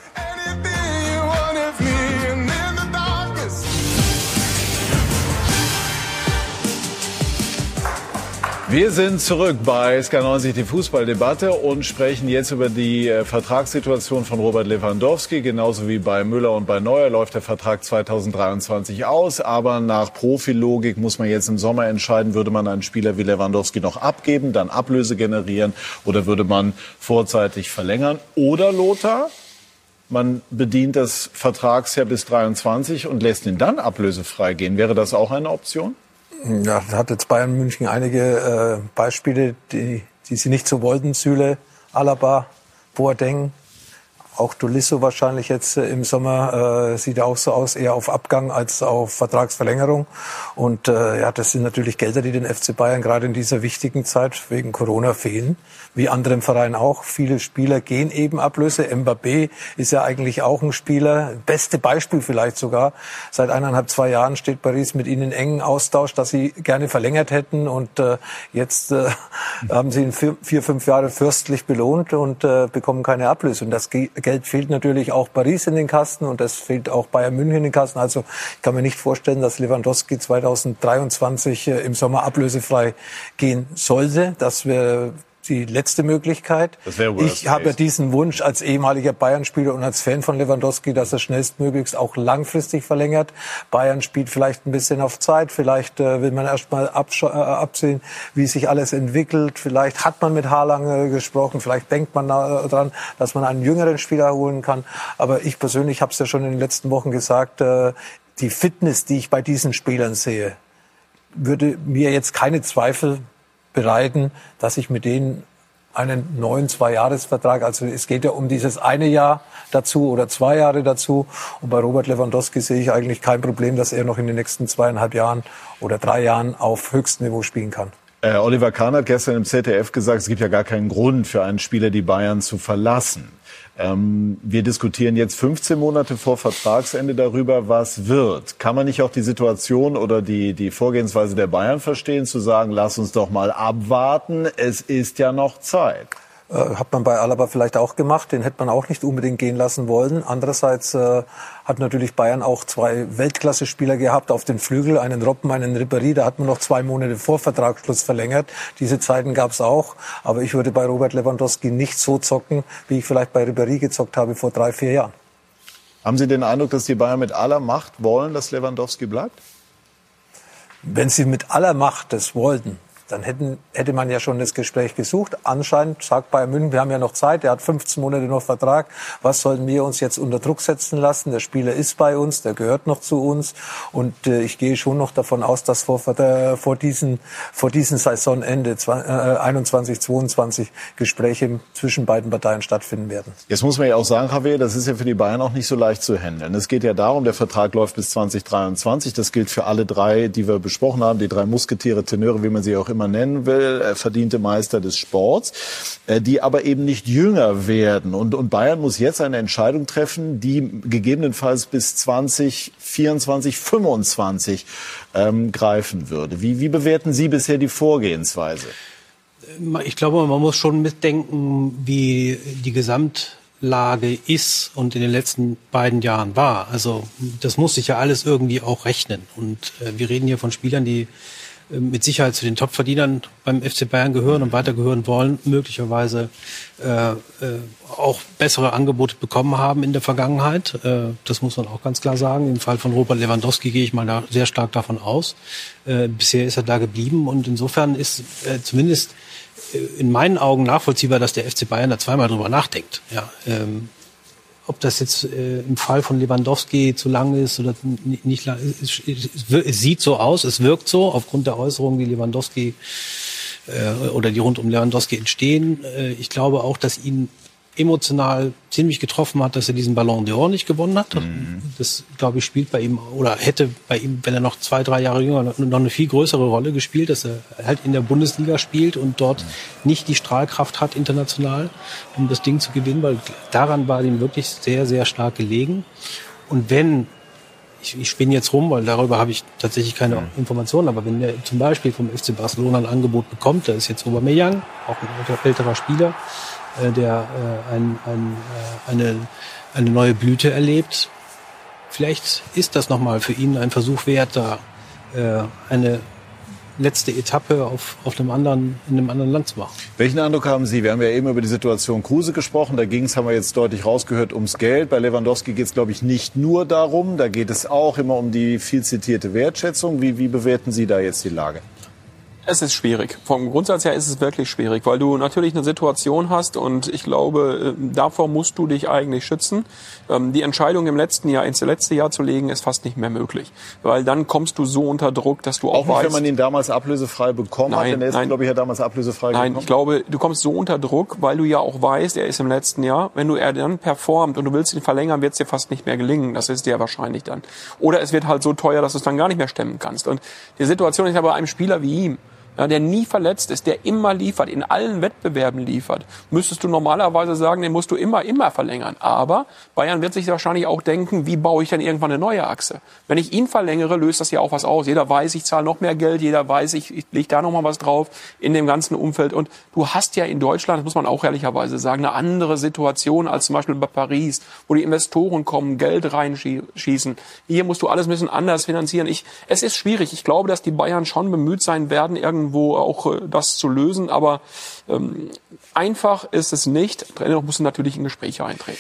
Wir sind zurück bei Sky neunzig, die Fußballdebatte, und sprechen jetzt über die äh, Vertragssituation von Robert Lewandowski. Genauso wie bei Müller und bei Neuer läuft der Vertrag zweitausenddreiundzwanzig aus. Aber nach Profilogik muss man jetzt im Sommer entscheiden, würde man einen Spieler wie Lewandowski noch abgeben, dann Ablöse generieren, oder würde man vorzeitig verlängern. Oder, Lothar, man bedient das Vertragsjahr bis dreiundzwanzig und lässt ihn dann ablösefrei gehen. Wäre das auch eine Option? Ja, da hat jetzt Bayern München einige äh, Beispiele, die, die sie nicht so wollten. Süle, Alaba, Boateng, auch Tolisso wahrscheinlich jetzt äh, im Sommer. Äh, sieht auch so aus, eher auf Abgang als auf Vertragsverlängerung. Und äh, ja, das sind natürlich Gelder, die den F C Bayern gerade in dieser wichtigen Zeit wegen Corona fehlen. Wie anderen Vereinen auch. Viele Spieler gehen eben Ablöse. Mbappé ist ja eigentlich auch ein Spieler. Beste Beispiel vielleicht sogar. Seit eineinhalb, zwei Jahren steht Paris mit ihnen in engen Austausch, dass sie gerne verlängert hätten. Und äh, jetzt äh, haben sie ihn vier, vier, fünf Jahre fürstlich belohnt und äh, bekommen keine Ablöse. Und das Geld fehlt natürlich auch Paris in den Kasten und das fehlt auch Bayern München in den Kasten. Also ich kann mir nicht vorstellen, dass Lewandowski zweitausenddreiundzwanzig äh, im Sommer ablösefrei gehen sollte. Das wäre die letzte Möglichkeit. Das wäre ich habe ja diesen Wunsch als ehemaliger Bayern-Spieler und als Fan von Lewandowski, dass er schnellstmöglichst auch langfristig verlängert. Bayern spielt vielleicht ein bisschen auf Zeit. Vielleicht äh, will man erst mal absch- äh, absehen, wie sich alles entwickelt. Vielleicht hat man mit Haaland äh, gesprochen. Vielleicht denkt man daran, dass man einen jüngeren Spieler holen kann. Aber ich persönlich habe es ja schon in den letzten Wochen gesagt, äh, die Fitness, die ich bei diesen Spielern sehe, würde mir jetzt keine Zweifel bereiten, dass ich mit denen einen neuen Zwei-Jahres-Vertrag, also es geht ja um dieses eine Jahr dazu oder zwei Jahre dazu. Und bei Robert Lewandowski sehe ich eigentlich kein Problem, dass er noch in den nächsten zweieinhalb Jahren oder drei Jahren auf höchstem Niveau spielen kann. Äh, Oliver Kahn hat gestern im Z D F gesagt, es gibt ja gar keinen Grund für einen Spieler, die Bayern zu verlassen. Ähm, wir diskutieren jetzt fünfzehn Monate vor Vertragsende darüber, was wird. Kann man nicht auch die Situation oder die, die Vorgehensweise der Bayern verstehen, zu sagen, lass uns doch mal abwarten, es ist ja noch Zeit? Äh, hat man bei Alaba vielleicht auch gemacht, den hätte man auch nicht unbedingt gehen lassen wollen. Andererseits äh, hat natürlich Bayern auch zwei Weltklasse-Spieler gehabt auf den Flügel, einen Robben, einen Ribéry, da hat man noch zwei Monate vor Vertragsschluss verlängert. Diese Zeiten gab es auch, aber ich würde bei Robert Lewandowski nicht so zocken, wie ich vielleicht bei Ribéry gezockt habe vor drei, vier Jahren. Haben Sie den Eindruck, dass die Bayern mit aller Macht wollen, dass Lewandowski bleibt? Wenn sie mit aller Macht das wollten, dann hätten, hätte man ja schon das Gespräch gesucht. Anscheinend sagt Bayern München, wir haben ja noch Zeit, er hat fünfzehn Monate noch Vertrag. Was sollten wir uns jetzt unter Druck setzen lassen? Der Spieler ist bei uns, der gehört noch zu uns. Und äh, ich gehe schon noch davon aus, dass vor, äh, vor diesem vor diesen Saisonende einundzwanzig zweiundzwanzig Gespräche zwischen beiden Parteien stattfinden werden. Jetzt muss man ja auch sagen, Javier, das ist ja für die Bayern auch nicht so leicht zu handeln. Es geht ja darum, der Vertrag läuft bis zwanzig dreiundzwanzig. Das gilt für alle drei, die wir besprochen haben, die drei Musketiere, Tenöre, wie man sie auch immer nennen will, äh, verdiente Meister des Sports, äh, die aber eben nicht jünger werden. Und, und Bayern muss jetzt eine Entscheidung treffen, die gegebenenfalls bis zwanzig vierundzwanzig, fünfundzwanzig ähm, greifen würde. Wie, wie bewerten Sie bisher die Vorgehensweise? Ich glaube, man muss schon mitdenken, wie die Gesamtlage ist und in den letzten beiden Jahren war. Also das muss sich ja alles irgendwie auch rechnen. Und äh, wir reden hier von Spielern, die mit Sicherheit zu den Topverdienern beim F C Bayern gehören und weitergehören wollen, möglicherweise äh, äh, auch bessere Angebote bekommen haben in der Vergangenheit. Äh, das muss man auch ganz klar sagen. Im Fall von Robert Lewandowski gehe ich mal da sehr stark davon aus. Äh, bisher ist er da geblieben und insofern ist äh, zumindest äh, in meinen Augen nachvollziehbar, dass der F C Bayern da zweimal drüber nachdenkt. Ja, ähm, ob das jetzt äh, im Fall von Lewandowski zu lang ist oder nicht lang, es, es, es sieht so aus, es wirkt so, aufgrund der Äußerungen, die Lewandowski äh, oder die rund um Lewandowski entstehen. Äh, ich glaube auch, dass ihn emotional ziemlich getroffen hat, dass er diesen Ballon d'Or nicht gewonnen hat. Mhm. Das, glaube ich, spielt bei ihm oder hätte bei ihm, wenn er noch zwei, drei Jahre jünger, noch eine viel größere Rolle gespielt, dass er halt in der Bundesliga spielt und dort mhm. nicht die Strahlkraft hat international, um das Ding zu gewinnen, weil daran war ihm wirklich sehr, sehr stark gelegen. Und wenn, ich, ich spinne jetzt rum, weil darüber habe ich tatsächlich keine mhm. Informationen, aber wenn er zum Beispiel vom F C Barcelona ein Angebot bekommt, da ist jetzt Aubameyang, auch ein älterer Spieler, der äh, ein, ein, äh, eine, eine neue Blüte erlebt. Vielleicht ist das nochmal für ihn ein Versuch wert, da äh, eine letzte Etappe auf, auf einem anderen, in einem anderen Land zu machen. Welchen Eindruck haben Sie? Wir haben ja eben über die Situation Kruse gesprochen. Da ging es, haben wir jetzt deutlich rausgehört, ums Geld. Bei Lewandowski geht es, glaube ich, nicht nur darum. Da geht es auch immer um die viel zitierte Wertschätzung. Wie, wie bewerten Sie da jetzt die Lage? Es ist schwierig. Vom Grundsatz her ist es wirklich schwierig, weil du natürlich eine Situation hast und ich glaube, davor musst du dich eigentlich schützen. Die Entscheidung im letzten Jahr ins letzte Jahr zu legen, ist fast nicht mehr möglich, weil dann kommst du so unter Druck, dass du auch, auch nicht, weißt, wenn man ihn damals ablösefrei bekommen nein, hat, denn er ist, nein, glaube ich, ja damals ablösefrei nein, gekommen. Ich glaube, du kommst so unter Druck, weil du ja auch weißt, er ist im letzten Jahr. Wenn du er dann performt und du willst ihn verlängern, wird es dir fast nicht mehr gelingen. Das ist dir wahrscheinlich dann. Oder es wird halt so teuer, dass du es dann gar nicht mehr stemmen kannst. Und die Situation ist ja bei einem Spieler wie ihm, ja, der nie verletzt ist, der immer liefert, in allen Wettbewerben liefert, müsstest du normalerweise sagen, den musst du immer, immer verlängern. Aber Bayern wird sich wahrscheinlich auch denken, wie baue ich dann irgendwann eine neue Achse? Wenn ich ihn verlängere, löst das ja auch was aus. Jeder weiß, ich zahle noch mehr Geld, jeder weiß, ich, ich lege da noch mal was drauf in dem ganzen Umfeld. Und du hast ja in Deutschland, das muss man auch ehrlicherweise sagen, eine andere Situation als zum Beispiel bei Paris, wo die Investoren kommen, Geld reinschießen. Hier musst du alles ein bisschen anders finanzieren. Ich, es ist schwierig. Ich glaube, dass die Bayern schon bemüht sein werden, irgendwo wo auch äh, das zu lösen, aber ähm, einfach ist es nicht. Dennoch muss natürlich in Gespräche eintreten.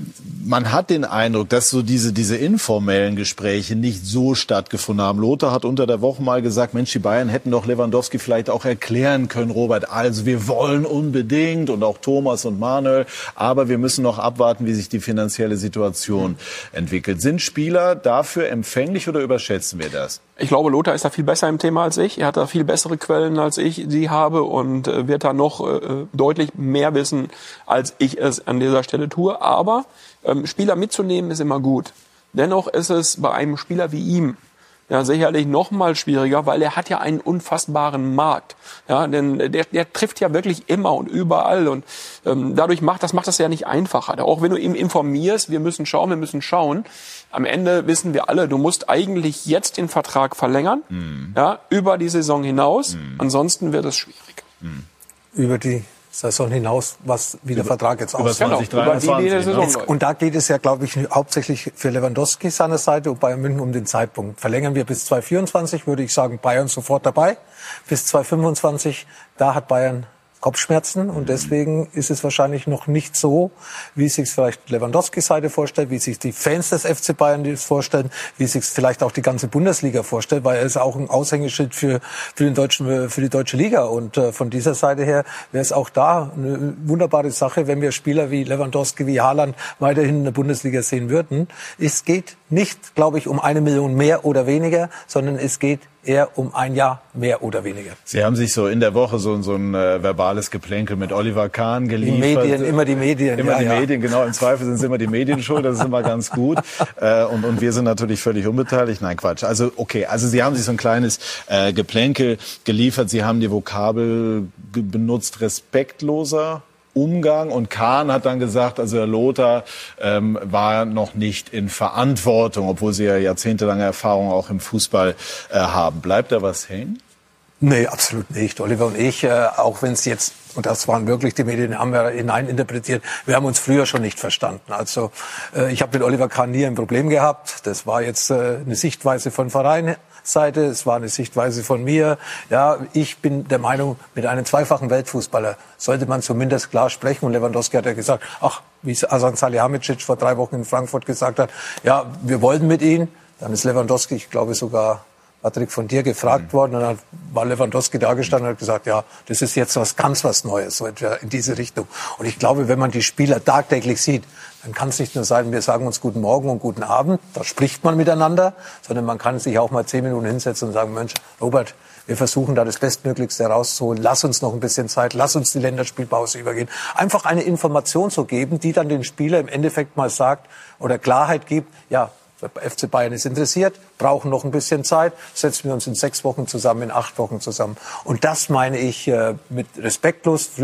Man hat den Eindruck, dass so diese diese informellen Gespräche nicht so stattgefunden haben. Lothar hat unter der Woche mal gesagt, Mensch, die Bayern hätten doch Lewandowski vielleicht auch erklären können, Robert, also wir wollen unbedingt und auch Thomas und Manuel, aber wir müssen noch abwarten, wie sich die finanzielle Situation mhm. entwickelt. Sind Spieler dafür empfänglich oder überschätzen wir das? Ich glaube, Lothar ist da viel besser im Thema als ich. Er hat da viel bessere Quellen, als ich sie habe und äh, wird da noch äh, deutlich mehr wissen, als ich es an dieser Stelle tue. Aber ähm, Spieler mitzunehmen ist immer gut. Dennoch ist es bei einem Spieler wie ihm ja sicherlich noch mal schwieriger, weil er hat ja einen unfassbaren Markt. Ja, denn der, der trifft ja wirklich immer und überall und ähm, dadurch macht das macht das ja nicht einfacher. Auch wenn du ihm informierst, wir müssen schauen, wir müssen schauen. Am Ende wissen wir alle, du musst eigentlich jetzt den Vertrag verlängern, mhm. ja, über die Saison hinaus. Mhm. Ansonsten wird es schwierig. Mhm. Über die Saison hinaus, was wie der über, Vertrag jetzt aussieht. Genau, über die, die der Saison jetzt, und da geht es ja, glaube ich, hauptsächlich für Lewandowski seiner Seite und Bayern München um den Zeitpunkt. Verlängern wir bis zwanzig vierundzwanzig, würde ich sagen, Bayern sofort dabei. Bis zwanzig fünfundzwanzig, da hat Bayern Kopfschmerzen und deswegen ist es wahrscheinlich noch nicht so, wie sich vielleicht Lewandowskis Seite vorstellt, wie sich die Fans des F C Bayern das vorstellen, wie sich vielleicht auch die ganze Bundesliga vorstellt, weil er ist auch ein Aushängeschild für für den deutschen für die deutsche Liga und äh, von dieser Seite her wäre es auch da eine wunderbare Sache, wenn wir Spieler wie Lewandowski, wie Haaland weiterhin in der Bundesliga sehen würden. Es geht nicht, glaube ich, um eine Million mehr oder weniger, sondern es geht eher um ein Jahr mehr oder weniger. Sie haben sich so in der Woche so, so ein äh, verbales Geplänkel mit Oliver Kahn geliefert. Die Medien, immer die Medien. Immer ja, die ja. Medien, genau. Im Zweifel sind es immer die Medien schuld, das ist immer ganz gut. Äh, und, und wir sind natürlich völlig unbeteiligt. Nein, Quatsch. Also okay, also Sie haben sich so ein kleines äh, Geplänkel geliefert. Sie haben die Vokabel benutzt, respektloser Umgang. Und Kahn hat dann gesagt, also Herr Lothar ähm, war noch nicht in Verantwortung, obwohl Sie ja jahrzehntelange Erfahrung auch im Fußball äh, haben. Bleibt da was hängen? Nee, absolut nicht. Oliver und ich, äh, auch wenn es jetzt, und das waren wirklich die Medien, haben wir hineininterpretiert, wir haben uns früher schon nicht verstanden. Also äh, ich habe mit Oliver Kahn nie ein Problem gehabt. Das war jetzt äh, eine Sichtweise von Verein. Seite, es war eine Sichtweise von mir. Ja, ich bin der Meinung, mit einem zweifachen Weltfußballer sollte man zumindest klar sprechen. Und Lewandowski hat ja gesagt, ach, wie Hasan Salihamidzic vor drei Wochen in Frankfurt gesagt hat, ja, wir wollten mit ihm. Dann ist Lewandowski, ich glaube sogar Patrick, von dir gefragt mhm. worden. Und dann war Lewandowski da gestanden und hat gesagt, ja, das ist jetzt was ganz was Neues, so in diese Richtung. Und ich glaube, wenn man die Spieler tagtäglich sieht, dann kann es nicht nur sein, wir sagen uns guten Morgen und guten Abend, da spricht man miteinander, sondern man kann sich auch mal zehn Minuten hinsetzen und sagen, Mensch, Robert, wir versuchen da das Bestmöglichste herauszuholen, lass uns noch ein bisschen Zeit, lass uns die Länderspielpause übergehen. Einfach eine Information zu geben, die dann den Spieler im Endeffekt mal sagt oder Klarheit gibt, ja, der F C Bayern ist interessiert, brauchen noch ein bisschen Zeit, setzen wir uns in sechs Wochen zusammen, in acht Wochen zusammen. Und das meine ich äh, mit respektlos. Früher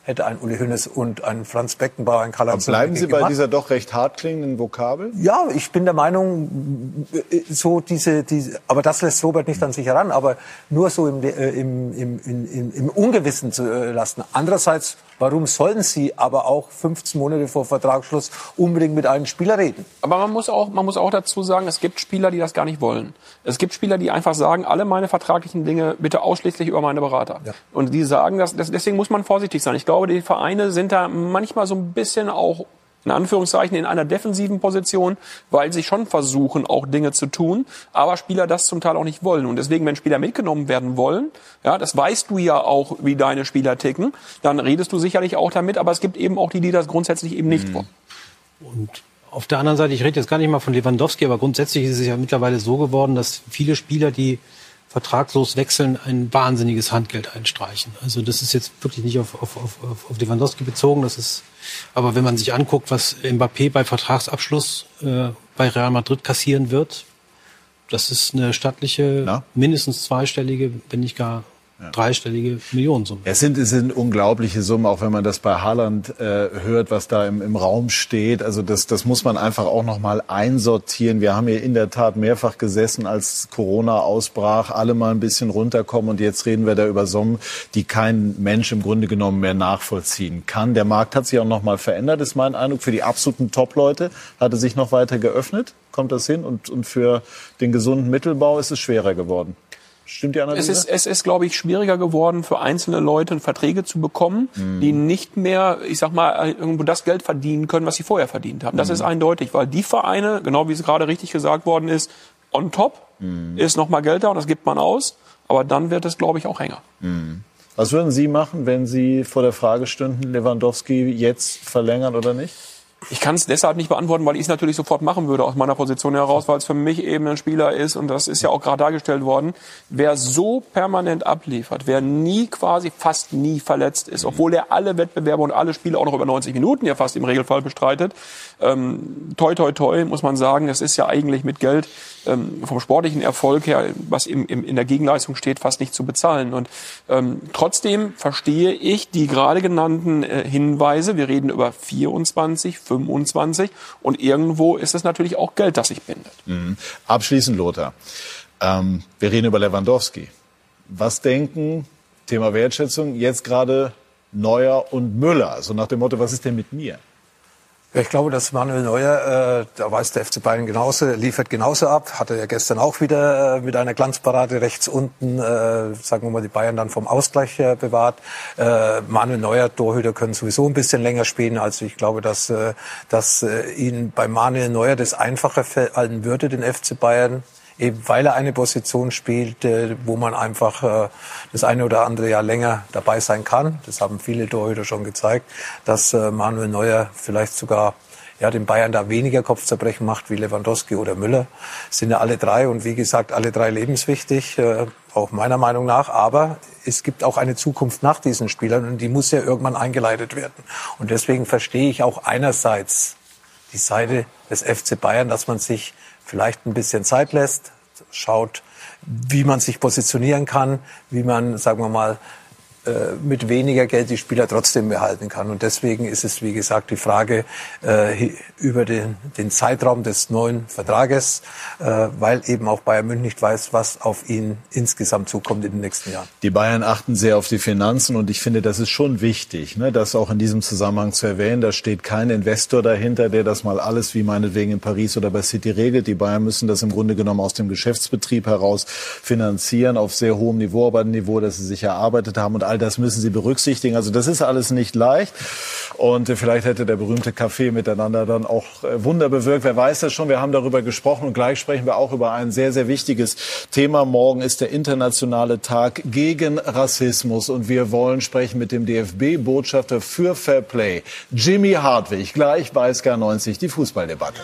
hätte ein Uli Hoeneß und ein Franz Beckenbauer, ein Karl-Heinz Rummenigge Bleiben Sie bei gemacht. dieser doch recht hart klingenden Vokabel? Ja, ich bin der Meinung, so diese, diese, aber das lässt Robert nicht an sich heran, aber nur so im, äh, im, im, im, im Ungewissen zu äh, lassen. Andererseits, warum sollten Sie aber auch fünfzehn Monate vor Vertragsschluss unbedingt mit einem Spieler reden? Aber man muss auch, man muss auch dazu sagen, es gibt Spieler, die das gar nicht wollen. Es gibt Spieler, die einfach sagen, alle meine vertraglichen Dinge bitte ausschließlich über meine Berater. Ja. Und die sagen das, deswegen muss man vorsichtig sein. Ich glaube, die Vereine sind da manchmal so ein bisschen auch in Anführungszeichen in einer defensiven Position, weil sie schon versuchen, auch Dinge zu tun, aber Spieler das zum Teil auch nicht wollen. Und deswegen, wenn Spieler mitgenommen werden wollen, ja, das weißt du ja auch, wie deine Spieler ticken, dann redest du sicherlich auch damit, aber es gibt eben auch die, die das grundsätzlich eben nicht mhm. wollen. Und auf der anderen Seite, ich rede jetzt gar nicht mal von Lewandowski, aber grundsätzlich ist es ja mittlerweile so geworden, dass viele Spieler, die vertragslos wechseln, ein wahnsinniges Handgeld einstreichen. Also das ist jetzt wirklich nicht auf, auf, auf, auf Lewandowski bezogen. Das ist, aber wenn man sich anguckt, was Mbappé bei Vertragsabschluss äh, bei Real Madrid kassieren wird, das ist eine stattliche, Na? mindestens zweistellige, wenn nicht gar ja. dreistellige Millionensumme. Es sind, es sind unglaubliche Summen, auch wenn man das bei Haaland äh, hört, was da im, im Raum steht. Also das, das muss man einfach auch noch mal einsortieren. Wir haben hier in der Tat mehrfach gesessen, als Corona ausbrach, alle mal ein bisschen runterkommen und jetzt reden wir da über Summen, die kein Mensch im Grunde genommen mehr nachvollziehen kann. Der Markt hat sich auch noch mal verändert, ist mein Eindruck. Für die absoluten Top-Leute hat er sich noch weiter geöffnet. Kommt das hin? Und, und für den gesunden Mittelbau ist es schwerer geworden. Stimmt die Analyse? Es ist, es ist, glaube ich, schwieriger geworden für einzelne Leute, Verträge zu bekommen, mhm. die nicht mehr, ich sag mal, irgendwo das Geld verdienen können, was sie vorher verdient haben. Das mhm. ist eindeutig, weil die Vereine, genau wie es gerade richtig gesagt worden ist, on top mhm. ist noch mal Geld da und das gibt man aus. Aber dann wird es, glaube ich, auch enger. Mhm. Was würden Sie machen, wenn Sie vor der Frage stünden, Lewandowski jetzt verlängern oder nicht? Ich kann es deshalb nicht beantworten, weil ich es natürlich sofort machen würde aus meiner Position heraus, weil es für mich eben ein Spieler ist, und das ist ja auch gerade dargestellt worden, wer so permanent abliefert, wer nie quasi, fast nie verletzt ist, obwohl er alle Wettbewerbe und alle Spiele auch noch über neunzig Minuten ja fast im Regelfall bestreitet. Ähm, toi, toi, toi, muss man sagen, es ist ja eigentlich mit Geld ähm, vom sportlichen Erfolg her, was im, im, in der Gegenleistung steht, fast nicht zu bezahlen. Und ähm, trotzdem verstehe ich die gerade genannten äh, Hinweise. Wir reden über vierundzwanzig, fünfundzwanzig und irgendwo ist es natürlich auch Geld, das sich bindet. Mhm. Abschließend, Lothar. Ähm, wir reden über Lewandowski. Was denken, Thema Wertschätzung, jetzt gerade Neuer und Müller? So nach dem Motto, was ist denn mit mir? Ja, ich glaube, dass Manuel Neuer, äh, da weiß der F C Bayern genauso, liefert genauso ab. Hatte ja gestern auch wieder äh, mit einer Glanzparade rechts unten, äh, sagen wir mal, die Bayern dann vom Ausgleich äh, bewahrt. Äh, Manuel Neuer, Torhüter können sowieso ein bisschen länger spielen. Also ich glaube, dass, äh, dass äh, ihn bei Manuel Neuer das einfacher fallen würde, den F C Bayern. Eben weil er eine Position spielt, wo man einfach das eine oder andere Jahr länger dabei sein kann. Das haben viele Torhüter schon gezeigt, dass Manuel Neuer vielleicht sogar ja, den Bayern da weniger Kopfzerbrechen macht wie Lewandowski oder Müller. Das sind ja alle drei und wie gesagt, alle drei lebenswichtig, auch meiner Meinung nach. Aber es gibt auch eine Zukunft nach diesen Spielern und die muss ja irgendwann eingeleitet werden. Und deswegen verstehe ich auch einerseits die Seite des F C Bayern, dass man sich vielleicht ein bisschen Zeit lässt, schaut, wie man sich positionieren kann, wie man, sagen wir mal, mit weniger Geld die Spieler trotzdem behalten kann. Und deswegen ist es, wie gesagt, die Frage äh, über den, den Zeitraum des neuen Vertrages, äh, weil eben auch Bayern München nicht weiß, was auf ihn insgesamt zukommt in den nächsten Jahren. Die Bayern achten sehr auf die Finanzen und ich finde, das ist schon wichtig, ne, das auch in diesem Zusammenhang zu erwähnen. Da steht kein Investor dahinter, der das mal alles wie meinetwegen in Paris oder bei City regelt. Die Bayern müssen das im Grunde genommen aus dem Geschäftsbetrieb heraus finanzieren, auf sehr hohem Niveau, aber ein Niveau, das sie sich erarbeitet haben, und all das müssen sie berücksichtigen. Also das ist alles nicht leicht. Und vielleicht hätte der berühmte Kaffee miteinander dann auch Wunder bewirkt. Wer weiß das schon? Wir haben darüber gesprochen und gleich sprechen wir auch über ein sehr, sehr wichtiges Thema. Morgen ist der internationale Tag gegen Rassismus und wir wollen sprechen mit dem D F B-Botschafter für Fair Play, Jimmy Hartwig. Gleich bei S K neunzig, die Fußballdebatte.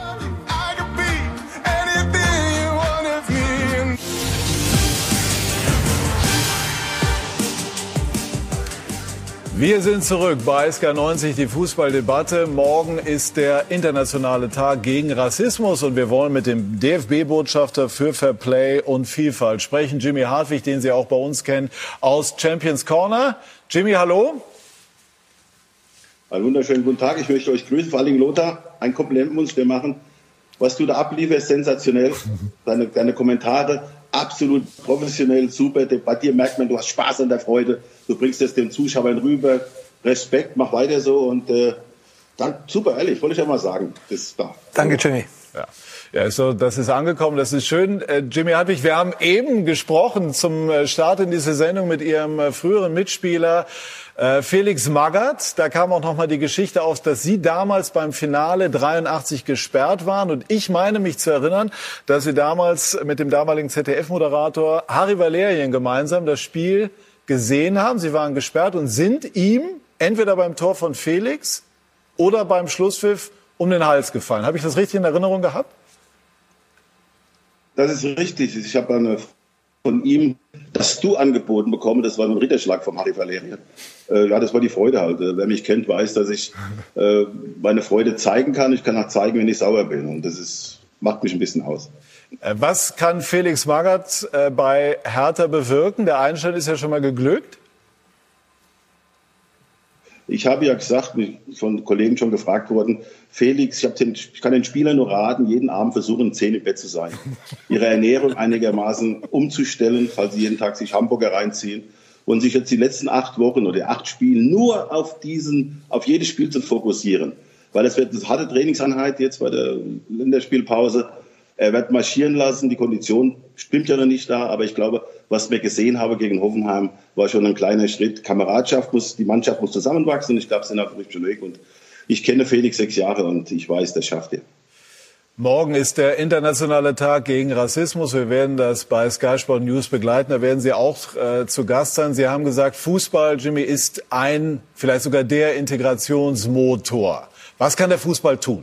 Wir sind zurück bei S K neunzig, die Fußballdebatte. Morgen ist der internationale Tag gegen Rassismus und wir wollen mit dem D F B-Botschafter für Fair Play und Vielfalt sprechen. Jimmy Hartwig, den Sie auch bei uns kennen, aus Champions Corner. Jimmy, hallo. Einen wunderschönen guten Tag. Ich möchte euch grüßen, vor allem Lothar. Ein Kompliment muss ich dir machen. Was du da ablieferst, sensationell. Deine, deine Kommentare, absolut professionell, super. Bei dir merkt man, du hast Spaß an der Freude. Du bringst es den Zuschauern rüber. Respekt, mach weiter so. Und äh, dann, super, ehrlich, wollte ich ja mal sagen. Das da. Danke, Jimmy. Ja. Ja, so, das ist angekommen, das ist schön. Äh, Jimmy Hartwig, wir haben eben gesprochen zum Start in diese Sendung mit Ihrem äh, früheren Mitspieler äh, Felix Magath. Da kam auch noch mal die Geschichte auf, dass Sie damals beim Finale dreiundachtzig gesperrt waren. Und ich meine mich zu erinnern, dass Sie damals mit dem damaligen Z D F-Moderator Harry Valerian gemeinsam das Spiel gesehen haben. Sie waren gesperrt und sind ihm entweder beim Tor von Felix oder beim Schlusspfiff um den Hals gefallen. Habe ich das richtig in Erinnerung gehabt? Das ist richtig. Ich habe eine, von ihm das Du angeboten bekommen. Das war ein Ritterschlag vom Harry Valerian. Äh, ja, das war die Freude halt. Wer mich kennt, weiß, dass ich äh, meine Freude zeigen kann. Ich kann auch zeigen, wenn ich sauer bin. Und das ist, macht mich ein bisschen aus. Was kann Felix Magath äh, bei Hertha bewirken? Der Einstand ist ja schon mal geglückt. Ich habe ja gesagt, von Kollegen schon gefragt worden, Felix, ich, den, ich kann den Spielern nur raten, jeden Abend versuchen, zehn im Bett zu sein. Ihre Ernährung einigermaßen umzustellen, falls sie jeden Tag sich Hamburger reinziehen und sich jetzt die letzten acht Wochen oder acht Spiele nur auf diesen, auf jedes Spiel zu fokussieren. Weil es wird eine harte Trainingseinheit jetzt bei der Länderspielpause. Er wird marschieren lassen, die Kondition stimmt ja noch nicht da, aber ich glaube, was wir gesehen haben gegen Hoffenheim, war schon ein kleiner Schritt. Kameradschaft muss, die Mannschaft muss zusammenwachsen und ich glaube, es sind auf dem richtigen Weg. Und ich kenne Felix sechs Jahre und ich weiß, das schafft er. Morgen ist der internationale Tag gegen Rassismus. Wir werden das bei Sky Sport News begleiten. Da werden Sie auch äh, zu Gast sein. Sie haben gesagt, Fußball, Jimmy, ist ein, vielleicht sogar der Integrationsmotor. Was kann der Fußball tun?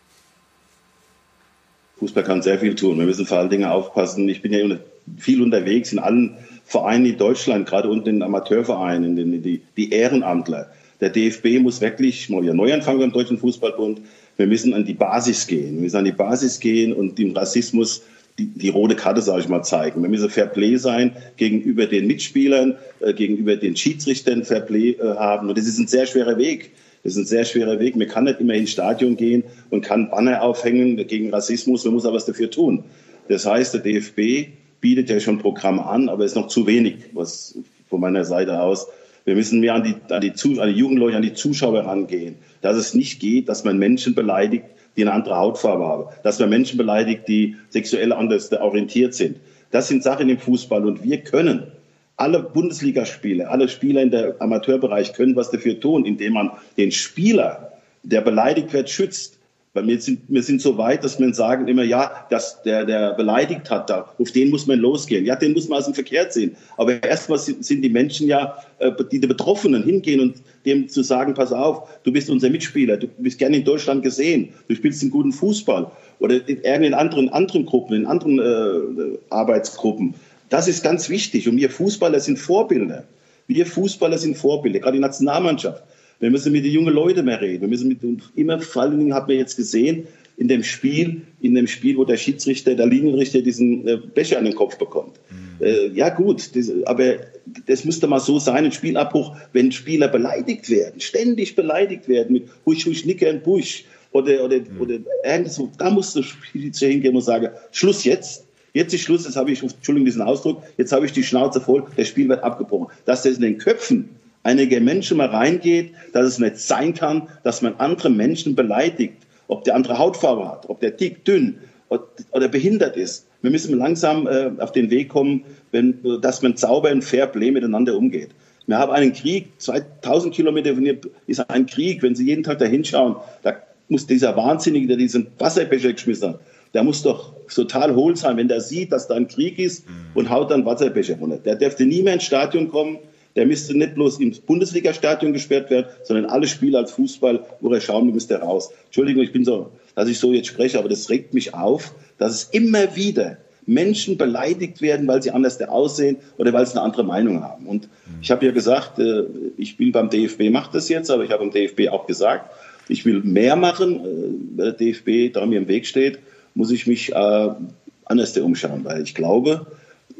Fußball kann sehr viel tun. Wir müssen vor allen Dingen aufpassen. Ich bin ja viel unterwegs in allen Vereinen in Deutschland, gerade unten in den Amateurvereinen, in den, die, die Ehrenamtler. Der D F B muss wirklich mal wieder neu anfangen beim Deutschen Fußballbund. Wir müssen an die Basis gehen. Wir müssen an die Basis gehen und dem Rassismus die, die rote Karte, sage ich mal, zeigen. Wir müssen Fair Play sein gegenüber den Mitspielern, äh, gegenüber den Schiedsrichtern Fair Play äh, haben. Und das ist ein sehr schwerer Weg. Das ist ein sehr schwerer Weg. Man kann nicht immer ins Stadion gehen und kann Banner aufhängen gegen Rassismus. Man muss aber was dafür tun. Das heißt, der D F B bietet ja schon Programme an, aber es ist noch zu wenig, was von meiner Seite aus. Wir müssen mehr an die, an die, an die Jugendleute, an die Zuschauer rangehen. Dass es nicht geht, dass man Menschen beleidigt, die eine andere Hautfarbe haben. Dass man Menschen beleidigt, die sexuell anders orientiert sind. Das sind Sachen im Fußball und wir können. Alle Bundesligaspieler, alle Spieler in der Amateurbereich können was dafür tun, indem man den Spieler, der beleidigt wird, schützt. Weil wir sind, wir sind so weit, dass wir sagen immer, ja, dass der, der beleidigt hat, da, auf den muss man losgehen. Ja, den muss man aus dem Verkehr ziehen. Aber erstmal sind, sind die Menschen ja, die, die Betroffenen, hingehen und dem zu sagen, pass auf, du bist unser Mitspieler, du bist gerne in Deutschland gesehen, du spielst einen guten Fußball. Oder in irgendeinen anderen, anderen Gruppen, in anderen äh, Arbeitsgruppen. Das ist ganz wichtig. Und wir Fußballer sind Vorbilder. Wir Fußballer sind Vorbilder, gerade die Nationalmannschaft. Wir müssen mit den jungen Leuten mehr reden. Wir müssen mit, immer, vor allen Dingen haben wir jetzt gesehen, in dem Spiel, in dem Spiel, wo der Schiedsrichter, der Linienrichter diesen äh, Becher an den Kopf bekommt. Mhm. Äh, ja gut, das, aber das müsste mal so sein, ein Spielabbruch, wenn Spieler beleidigt werden, ständig beleidigt werden, mit Husch, Husch, Nicker und Busch, oder, oder, mhm. oder irgendwas, da muss der Schiedsrichter hingehen und sagen, Schluss jetzt. Jetzt ist Schluss, jetzt habe ich, Entschuldigung diesen Ausdruck, jetzt habe ich die Schnauze voll, das Spiel wird abgebrochen. Dass das in den Köpfen einiger Menschen mal reingeht, dass es nicht sein kann, dass man andere Menschen beleidigt, ob der andere Hautfarbe hat, ob der dick, dünn oder behindert ist. Wir müssen langsam äh, auf den Weg kommen, wenn, dass man sauber und fair play miteinander umgeht. Wir haben einen Krieg, zweitausend Kilometer von hier ist ein Krieg, wenn Sie jeden Tag da hinschauen, da muss dieser Wahnsinnige, der diesen Wasserbecher geschmissen hat, der muss doch total hohl sein, wenn der sieht, dass da ein Krieg ist und haut dann Wasserbecher runter. Der dürfte nie mehr ins Stadion kommen. Der müsste nicht bloß im Bundesliga-Stadion gesperrt werden, sondern alle Spiele als Fußball, wo er schauen, müsste er raus. Entschuldigung, ich bin so, dass ich so jetzt spreche, aber das regt mich auf, dass es immer wieder Menschen beleidigt werden, weil sie anders aussehen oder weil sie eine andere Meinung haben. Und ich habe ja gesagt, ich will beim D F B, mache das jetzt, aber ich habe beim D F B auch gesagt, ich will mehr machen, weil der D F B da mir im Weg steht, muss ich mich äh, anders umschauen, weil ich glaube,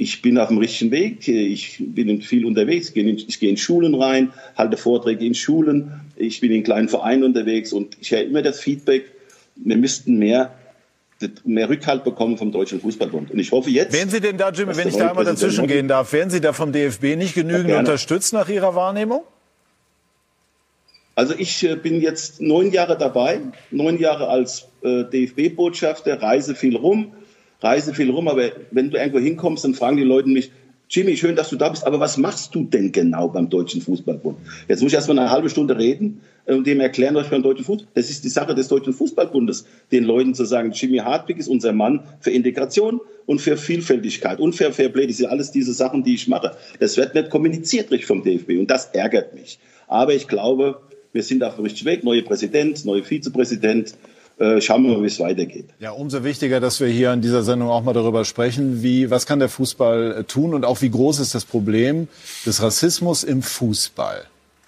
ich bin auf dem richtigen Weg. Ich bin viel unterwegs. Ich gehe in, ich gehe in Schulen rein, halte Vorträge in Schulen. Ich bin in kleinen Vereinen unterwegs und ich höre immer das Feedback, wir müssten mehr mehr Rückhalt bekommen vom Deutschen Fußballbund. Und ich hoffe jetzt... Wären Sie denn da, Jimmy, wenn ich da einmal dazwischen gehen darf, wären Sie da vom D F B nicht genügend unterstützt nach Ihrer Wahrnehmung? Also ich äh, bin jetzt neun Jahre dabei, neun Jahre als äh, D F B-Botschafter, reise viel rum, reise viel rum, aber wenn du irgendwo hinkommst, dann fragen die Leute mich, Jimmy, schön, dass du da bist, aber was machst du denn genau beim Deutschen Fußballbund? Jetzt muss ich erst mal eine halbe Stunde reden und dem erklären, was ich beim Deutschen Fußball. Das ist die Sache des Deutschen Fußballbundes, den Leuten zu sagen, Jimmy Hartwig ist unser Mann für Integration und für Vielfältigkeit und für Fairplay. Das sind alles diese Sachen, die ich mache. Das wird nicht kommuniziert richtig vom D F B und das ärgert mich. Aber ich glaube, wir sind auf dem richtigen Weg. Neuer Präsident, neuer Vizepräsident. Schauen wir mal, wie es weitergeht. Ja, umso wichtiger, dass wir hier in dieser Sendung auch mal darüber sprechen, wie, was kann der Fußball tun und auch wie groß ist das Problem des Rassismus im Fußball?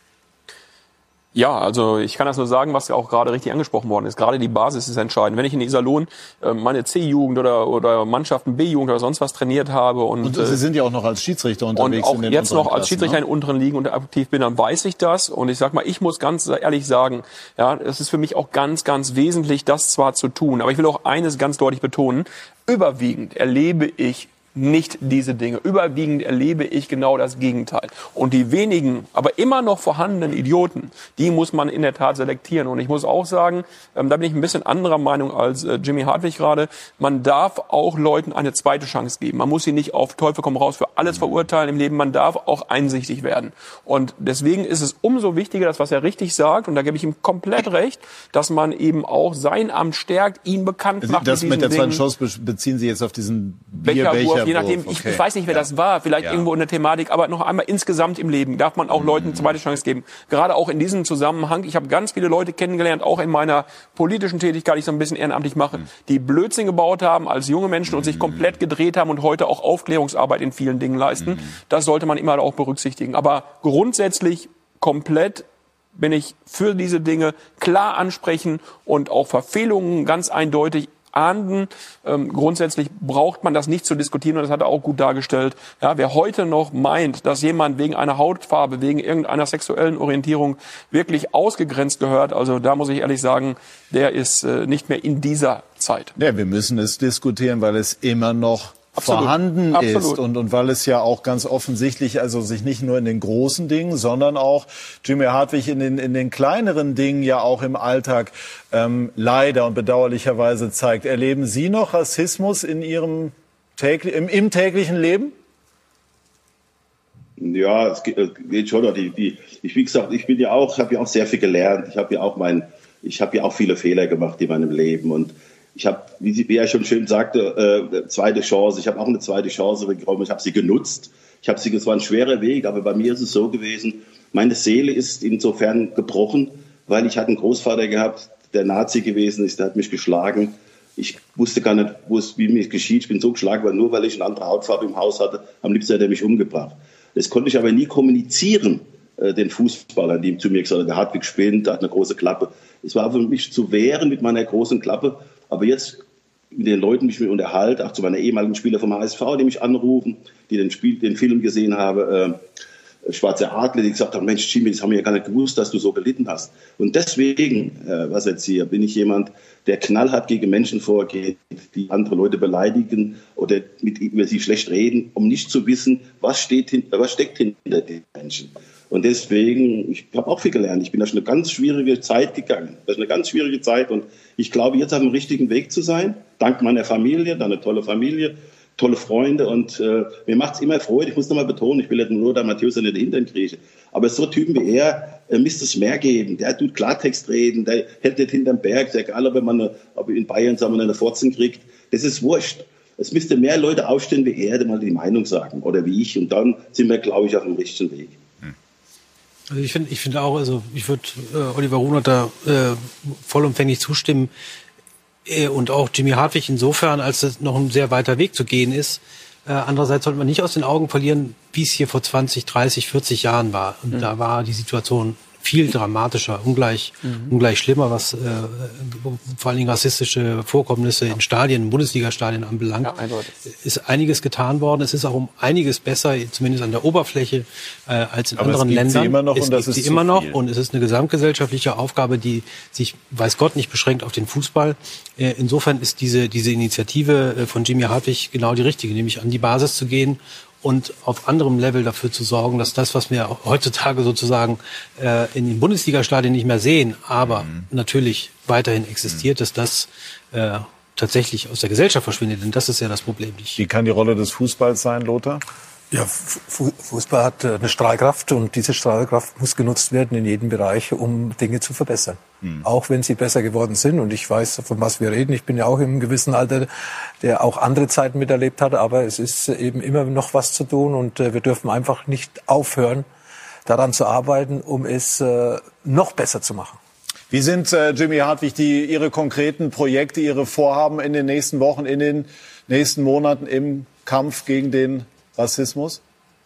Ja, also ich kann das nur sagen, was ja auch gerade richtig angesprochen worden ist. Gerade die Basis ist entscheidend. Wenn ich in Iserlohn äh, meine C-Jugend oder oder Mannschaften B-Jugend oder sonst was trainiert habe und, und Sie sind ja auch noch als Schiedsrichter unterwegs und auch in den jetzt noch als Klassen, Schiedsrichter ne? in unteren Ligen und aktiv bin, dann weiß ich das. Und ich sag mal, ich muss ganz ehrlich sagen, ja, es ist für mich auch ganz, ganz wesentlich, das zwar zu tun, aber ich will auch eines ganz deutlich betonen: Überwiegend erlebe ich nicht diese Dinge. Überwiegend erlebe ich genau das Gegenteil. Und die wenigen, aber immer noch vorhandenen Idioten, die muss man in der Tat selektieren. Und ich muss auch sagen, ähm, da bin ich ein bisschen anderer Meinung als äh, Jimmy Hartwig gerade. Man darf auch Leuten eine zweite Chance geben. Man muss sie nicht auf Teufel komm raus für alles verurteilen im Leben. Man darf auch einsichtig werden. Und deswegen ist es umso wichtiger, das, was er richtig sagt, und da gebe ich ihm komplett recht, dass man eben auch sein Amt stärkt, ihn bekannt macht. Das mit, mit der zweiten Dingen. Chance beziehen Sie jetzt auf diesen Bierbecher? Je nachdem, okay. ich, ich weiß nicht, wer ja. das war, vielleicht ja. irgendwo in der Thematik, aber noch einmal insgesamt im Leben darf man auch mhm. Leuten eine zweite Chance geben. Gerade auch in diesem Zusammenhang. Ich habe ganz viele Leute kennengelernt, auch in meiner politischen Tätigkeit, die ich so ein bisschen ehrenamtlich mache, mhm. die Blödsinn gebaut haben als junge Menschen und mhm. sich komplett gedreht haben und heute auch Aufklärungsarbeit in vielen Dingen leisten. Mhm. Das sollte man immer auch berücksichtigen. Aber grundsätzlich komplett bin ich für diese Dinge, klar ansprechen und auch Verfehlungen ganz eindeutig ahnden. Ähm, grundsätzlich braucht man das nicht zu diskutieren und das hat er auch gut dargestellt. Ja, wer heute noch meint, dass jemand wegen einer Hautfarbe, wegen irgendeiner sexuellen Orientierung wirklich ausgegrenzt gehört, also da muss ich ehrlich sagen, der ist äh, nicht mehr in dieser Zeit. Ja, wir müssen es diskutieren, weil es immer noch Absolut. vorhanden Absolut. ist und, und weil es ja auch ganz offensichtlich, also sich nicht nur in den großen Dingen, sondern auch, Jimmy Hartwig, in den, in den kleineren Dingen ja auch im Alltag ähm, leider und bedauerlicherweise zeigt. Erleben Sie noch Rassismus in Ihrem täglich, im, im täglichen Leben? Ja, es geht, geht schon. Die, die, ich, wie gesagt, ich bin ja auch, habe ja auch sehr viel gelernt. Ich habe ja auch mein, ich habe ja auch viele Fehler gemacht in meinem Leben und ich habe, wie, wie er schon schön sagte, äh, zweite Chance. Ich habe auch eine zweite Chance bekommen. Ich habe sie genutzt. Ich habe sie, es war ein schwerer Weg, aber bei mir ist es so gewesen, meine Seele ist insofern gebrochen, weil ich hatte einen Großvater gehabt, der Nazi gewesen ist, der hat mich geschlagen. Ich wusste gar nicht, wo es, wie mir geschieht. Ich bin so geschlagen worden, nur weil ich eine andere Hautfarbe im Haus hatte. Am liebsten hätte er mich umgebracht. Das konnte ich aber nie kommunizieren, äh, den Fußballern, die zu mir gesagt haben, der Hartwig spinnt, der hat eine große Klappe. Es war für mich zu wehren mit meiner großen Klappe. Aber jetzt mit den Leuten, die ich mich unterhalte, auch zu meiner ehemaligen Spieler vom H S V, die mich anrufen, die den, Spiel, den Film gesehen haben, äh, Schwarze Adler, die gesagt haben, Mensch, Jimmy, das haben wir ja gar nicht gewusst, dass du so gelitten hast. Und deswegen, äh, was jetzt hier, bin ich jemand, der knallhart gegen Menschen vorgeht, die andere Leute beleidigen oder mit über sie schlecht reden, um nicht zu wissen, was, steht hin, was steckt hinter den Menschen. Und deswegen, ich habe auch viel gelernt. Ich bin da schon eine ganz schwierige Zeit gegangen. Das ist eine ganz schwierige Zeit. Und ich glaube, jetzt auf dem richtigen Weg zu sein, dank meiner Familie, da eine tolle Familie, tolle Freunde. Und äh, mir macht es immer Freude. Ich muss noch mal betonen, ich will nicht nur der Matthäus nicht Hintern kriechen. Aber so Typen wie er äh, müsste es mehr geben. Der tut Klartext reden, der hält nicht hinterm Berg. Egal, ob man ob in Bayern sagen wir, eine Fotzen kriegt. Das ist wurscht. Es müsste mehr Leute aufstehen wie er, die mal die Meinung sagen. Oder wie ich. Und dann sind wir, glaube ich, auf dem richtigen Weg. Also ich finde, ich finde auch, also ich würde äh, Oliver Runert da äh, vollumfänglich zustimmen äh, und auch Jimmy Hartwig insofern, als es noch ein sehr weiter Weg zu gehen ist. Äh, andererseits sollte man nicht aus den Augen verlieren, wie es hier vor zwanzig, dreißig, vierzig Jahren war. Und mhm. da war die Situation viel dramatischer, ungleich, mhm. ungleich schlimmer, was äh, vor allen Dingen rassistische Vorkommnisse in Stadien, in Bundesliga-Stadien anbelangt. Ja, ist einiges getan worden. Es ist auch um einiges besser, zumindest an der Oberfläche, äh, als in Aber anderen es gibt Ländern. Sie immer noch es und das gibt ist sie immer noch viel. und es ist eine gesamtgesellschaftliche Aufgabe, die sich, weiß Gott, nicht beschränkt auf den Fußball. Äh, insofern ist diese, diese Initiative äh, von Jimmy Hartwig genau die richtige, nämlich an die Basis zu gehen und auf anderem Level dafür zu sorgen, dass das, was wir heutzutage sozusagen äh, in den Bundesliga-Stadien nicht mehr sehen, aber mhm. natürlich weiterhin existiert, dass das äh, tatsächlich aus der Gesellschaft verschwindet. Denn das ist ja das Problem. Wie kann die Rolle des Fußballs sein, Lothar? Ja, Fußball hat eine Strahlkraft und diese Strahlkraft muss genutzt werden in jedem Bereich, um Dinge zu verbessern. Mhm. Auch wenn sie besser geworden sind und ich weiß, von was wir reden. Ich bin ja auch im gewissen Alter, der auch andere Zeiten miterlebt hat, aber es ist eben immer noch was zu tun und wir dürfen einfach nicht aufhören, daran zu arbeiten, um es noch besser zu machen. Wie sind, äh, Jimmy Hartwig, die, Ihre konkreten Projekte, Ihre Vorhaben in den nächsten Wochen, in den nächsten Monaten im Kampf gegen den Rassismus?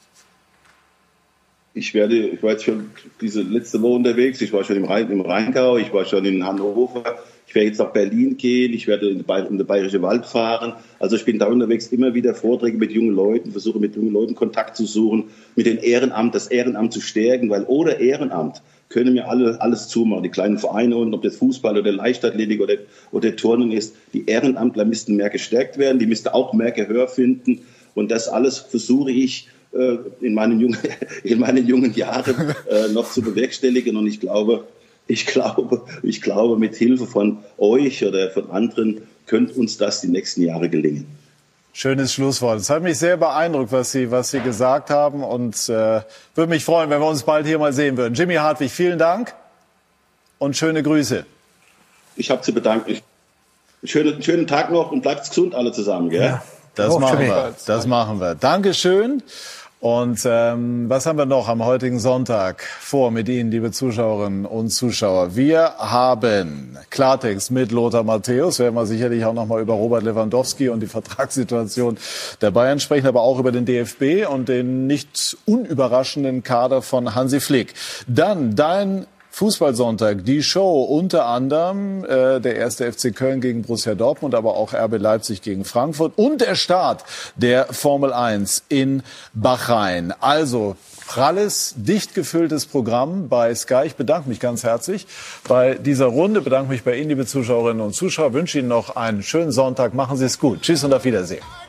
Ich werde, ich war jetzt schon diese letzte Woche unterwegs. Ich war schon im, Rhein, im Rheingau, ich war schon in Hannover. Ich werde jetzt nach Berlin gehen. Ich werde in den Bayerischen Wald fahren. Also ich bin da unterwegs immer wieder Vorträge mit jungen Leuten, versuche mit jungen Leuten Kontakt zu suchen, mit dem Ehrenamt, das Ehrenamt zu stärken, weil ohne Ehrenamt können wir alle alles zumachen. Die kleinen Vereine und ob das Fußball oder Leichtathletik oder, oder Turnen ist. Die Ehrenamtler müssten mehr gestärkt werden. Die müssten auch mehr Gehör finden. Und das alles versuche ich äh, in, meinen jungen, in meinen jungen Jahren äh, noch zu bewerkstelligen. Und ich glaube, ich glaube, ich glaube, mit Hilfe von euch oder von anderen könnte uns das die nächsten Jahre gelingen. Schönes Schlusswort. Es hat mich sehr beeindruckt, was Sie, was Sie gesagt haben. Und äh, würde mich freuen, wenn wir uns bald hier mal sehen würden. Jimmy Hartwig, vielen Dank und schöne Grüße. Ich habe zu bedanken. Schönen, schönen Tag noch und bleibt gesund alle zusammen. Gell? Ja. Das oh, machen wir. Das machen wir. Dankeschön. Und ähm, was haben wir noch am heutigen Sonntag vor mit Ihnen, liebe Zuschauerinnen und Zuschauer? Wir haben Klartext mit Lothar Matthäus. Werden wir sicherlich auch noch mal über Robert Lewandowski und die Vertragssituation der Bayern sprechen, aber auch über den D F B und den nicht unüberraschenden Kader von Hansi Flick. Dann dein Fußballsonntag, die Show unter anderem äh, der erste F C Köln gegen Borussia Dortmund, aber auch R B Leipzig gegen Frankfurt und der Start der Formel eins in Bahrain. Also pralles, dicht gefülltes Programm bei Sky. Ich bedanke mich ganz herzlich bei dieser Runde, bedanke mich bei Ihnen, liebe Zuschauerinnen und Zuschauer, wünsche Ihnen noch einen schönen Sonntag, machen Sie es gut. Tschüss und auf Wiedersehen.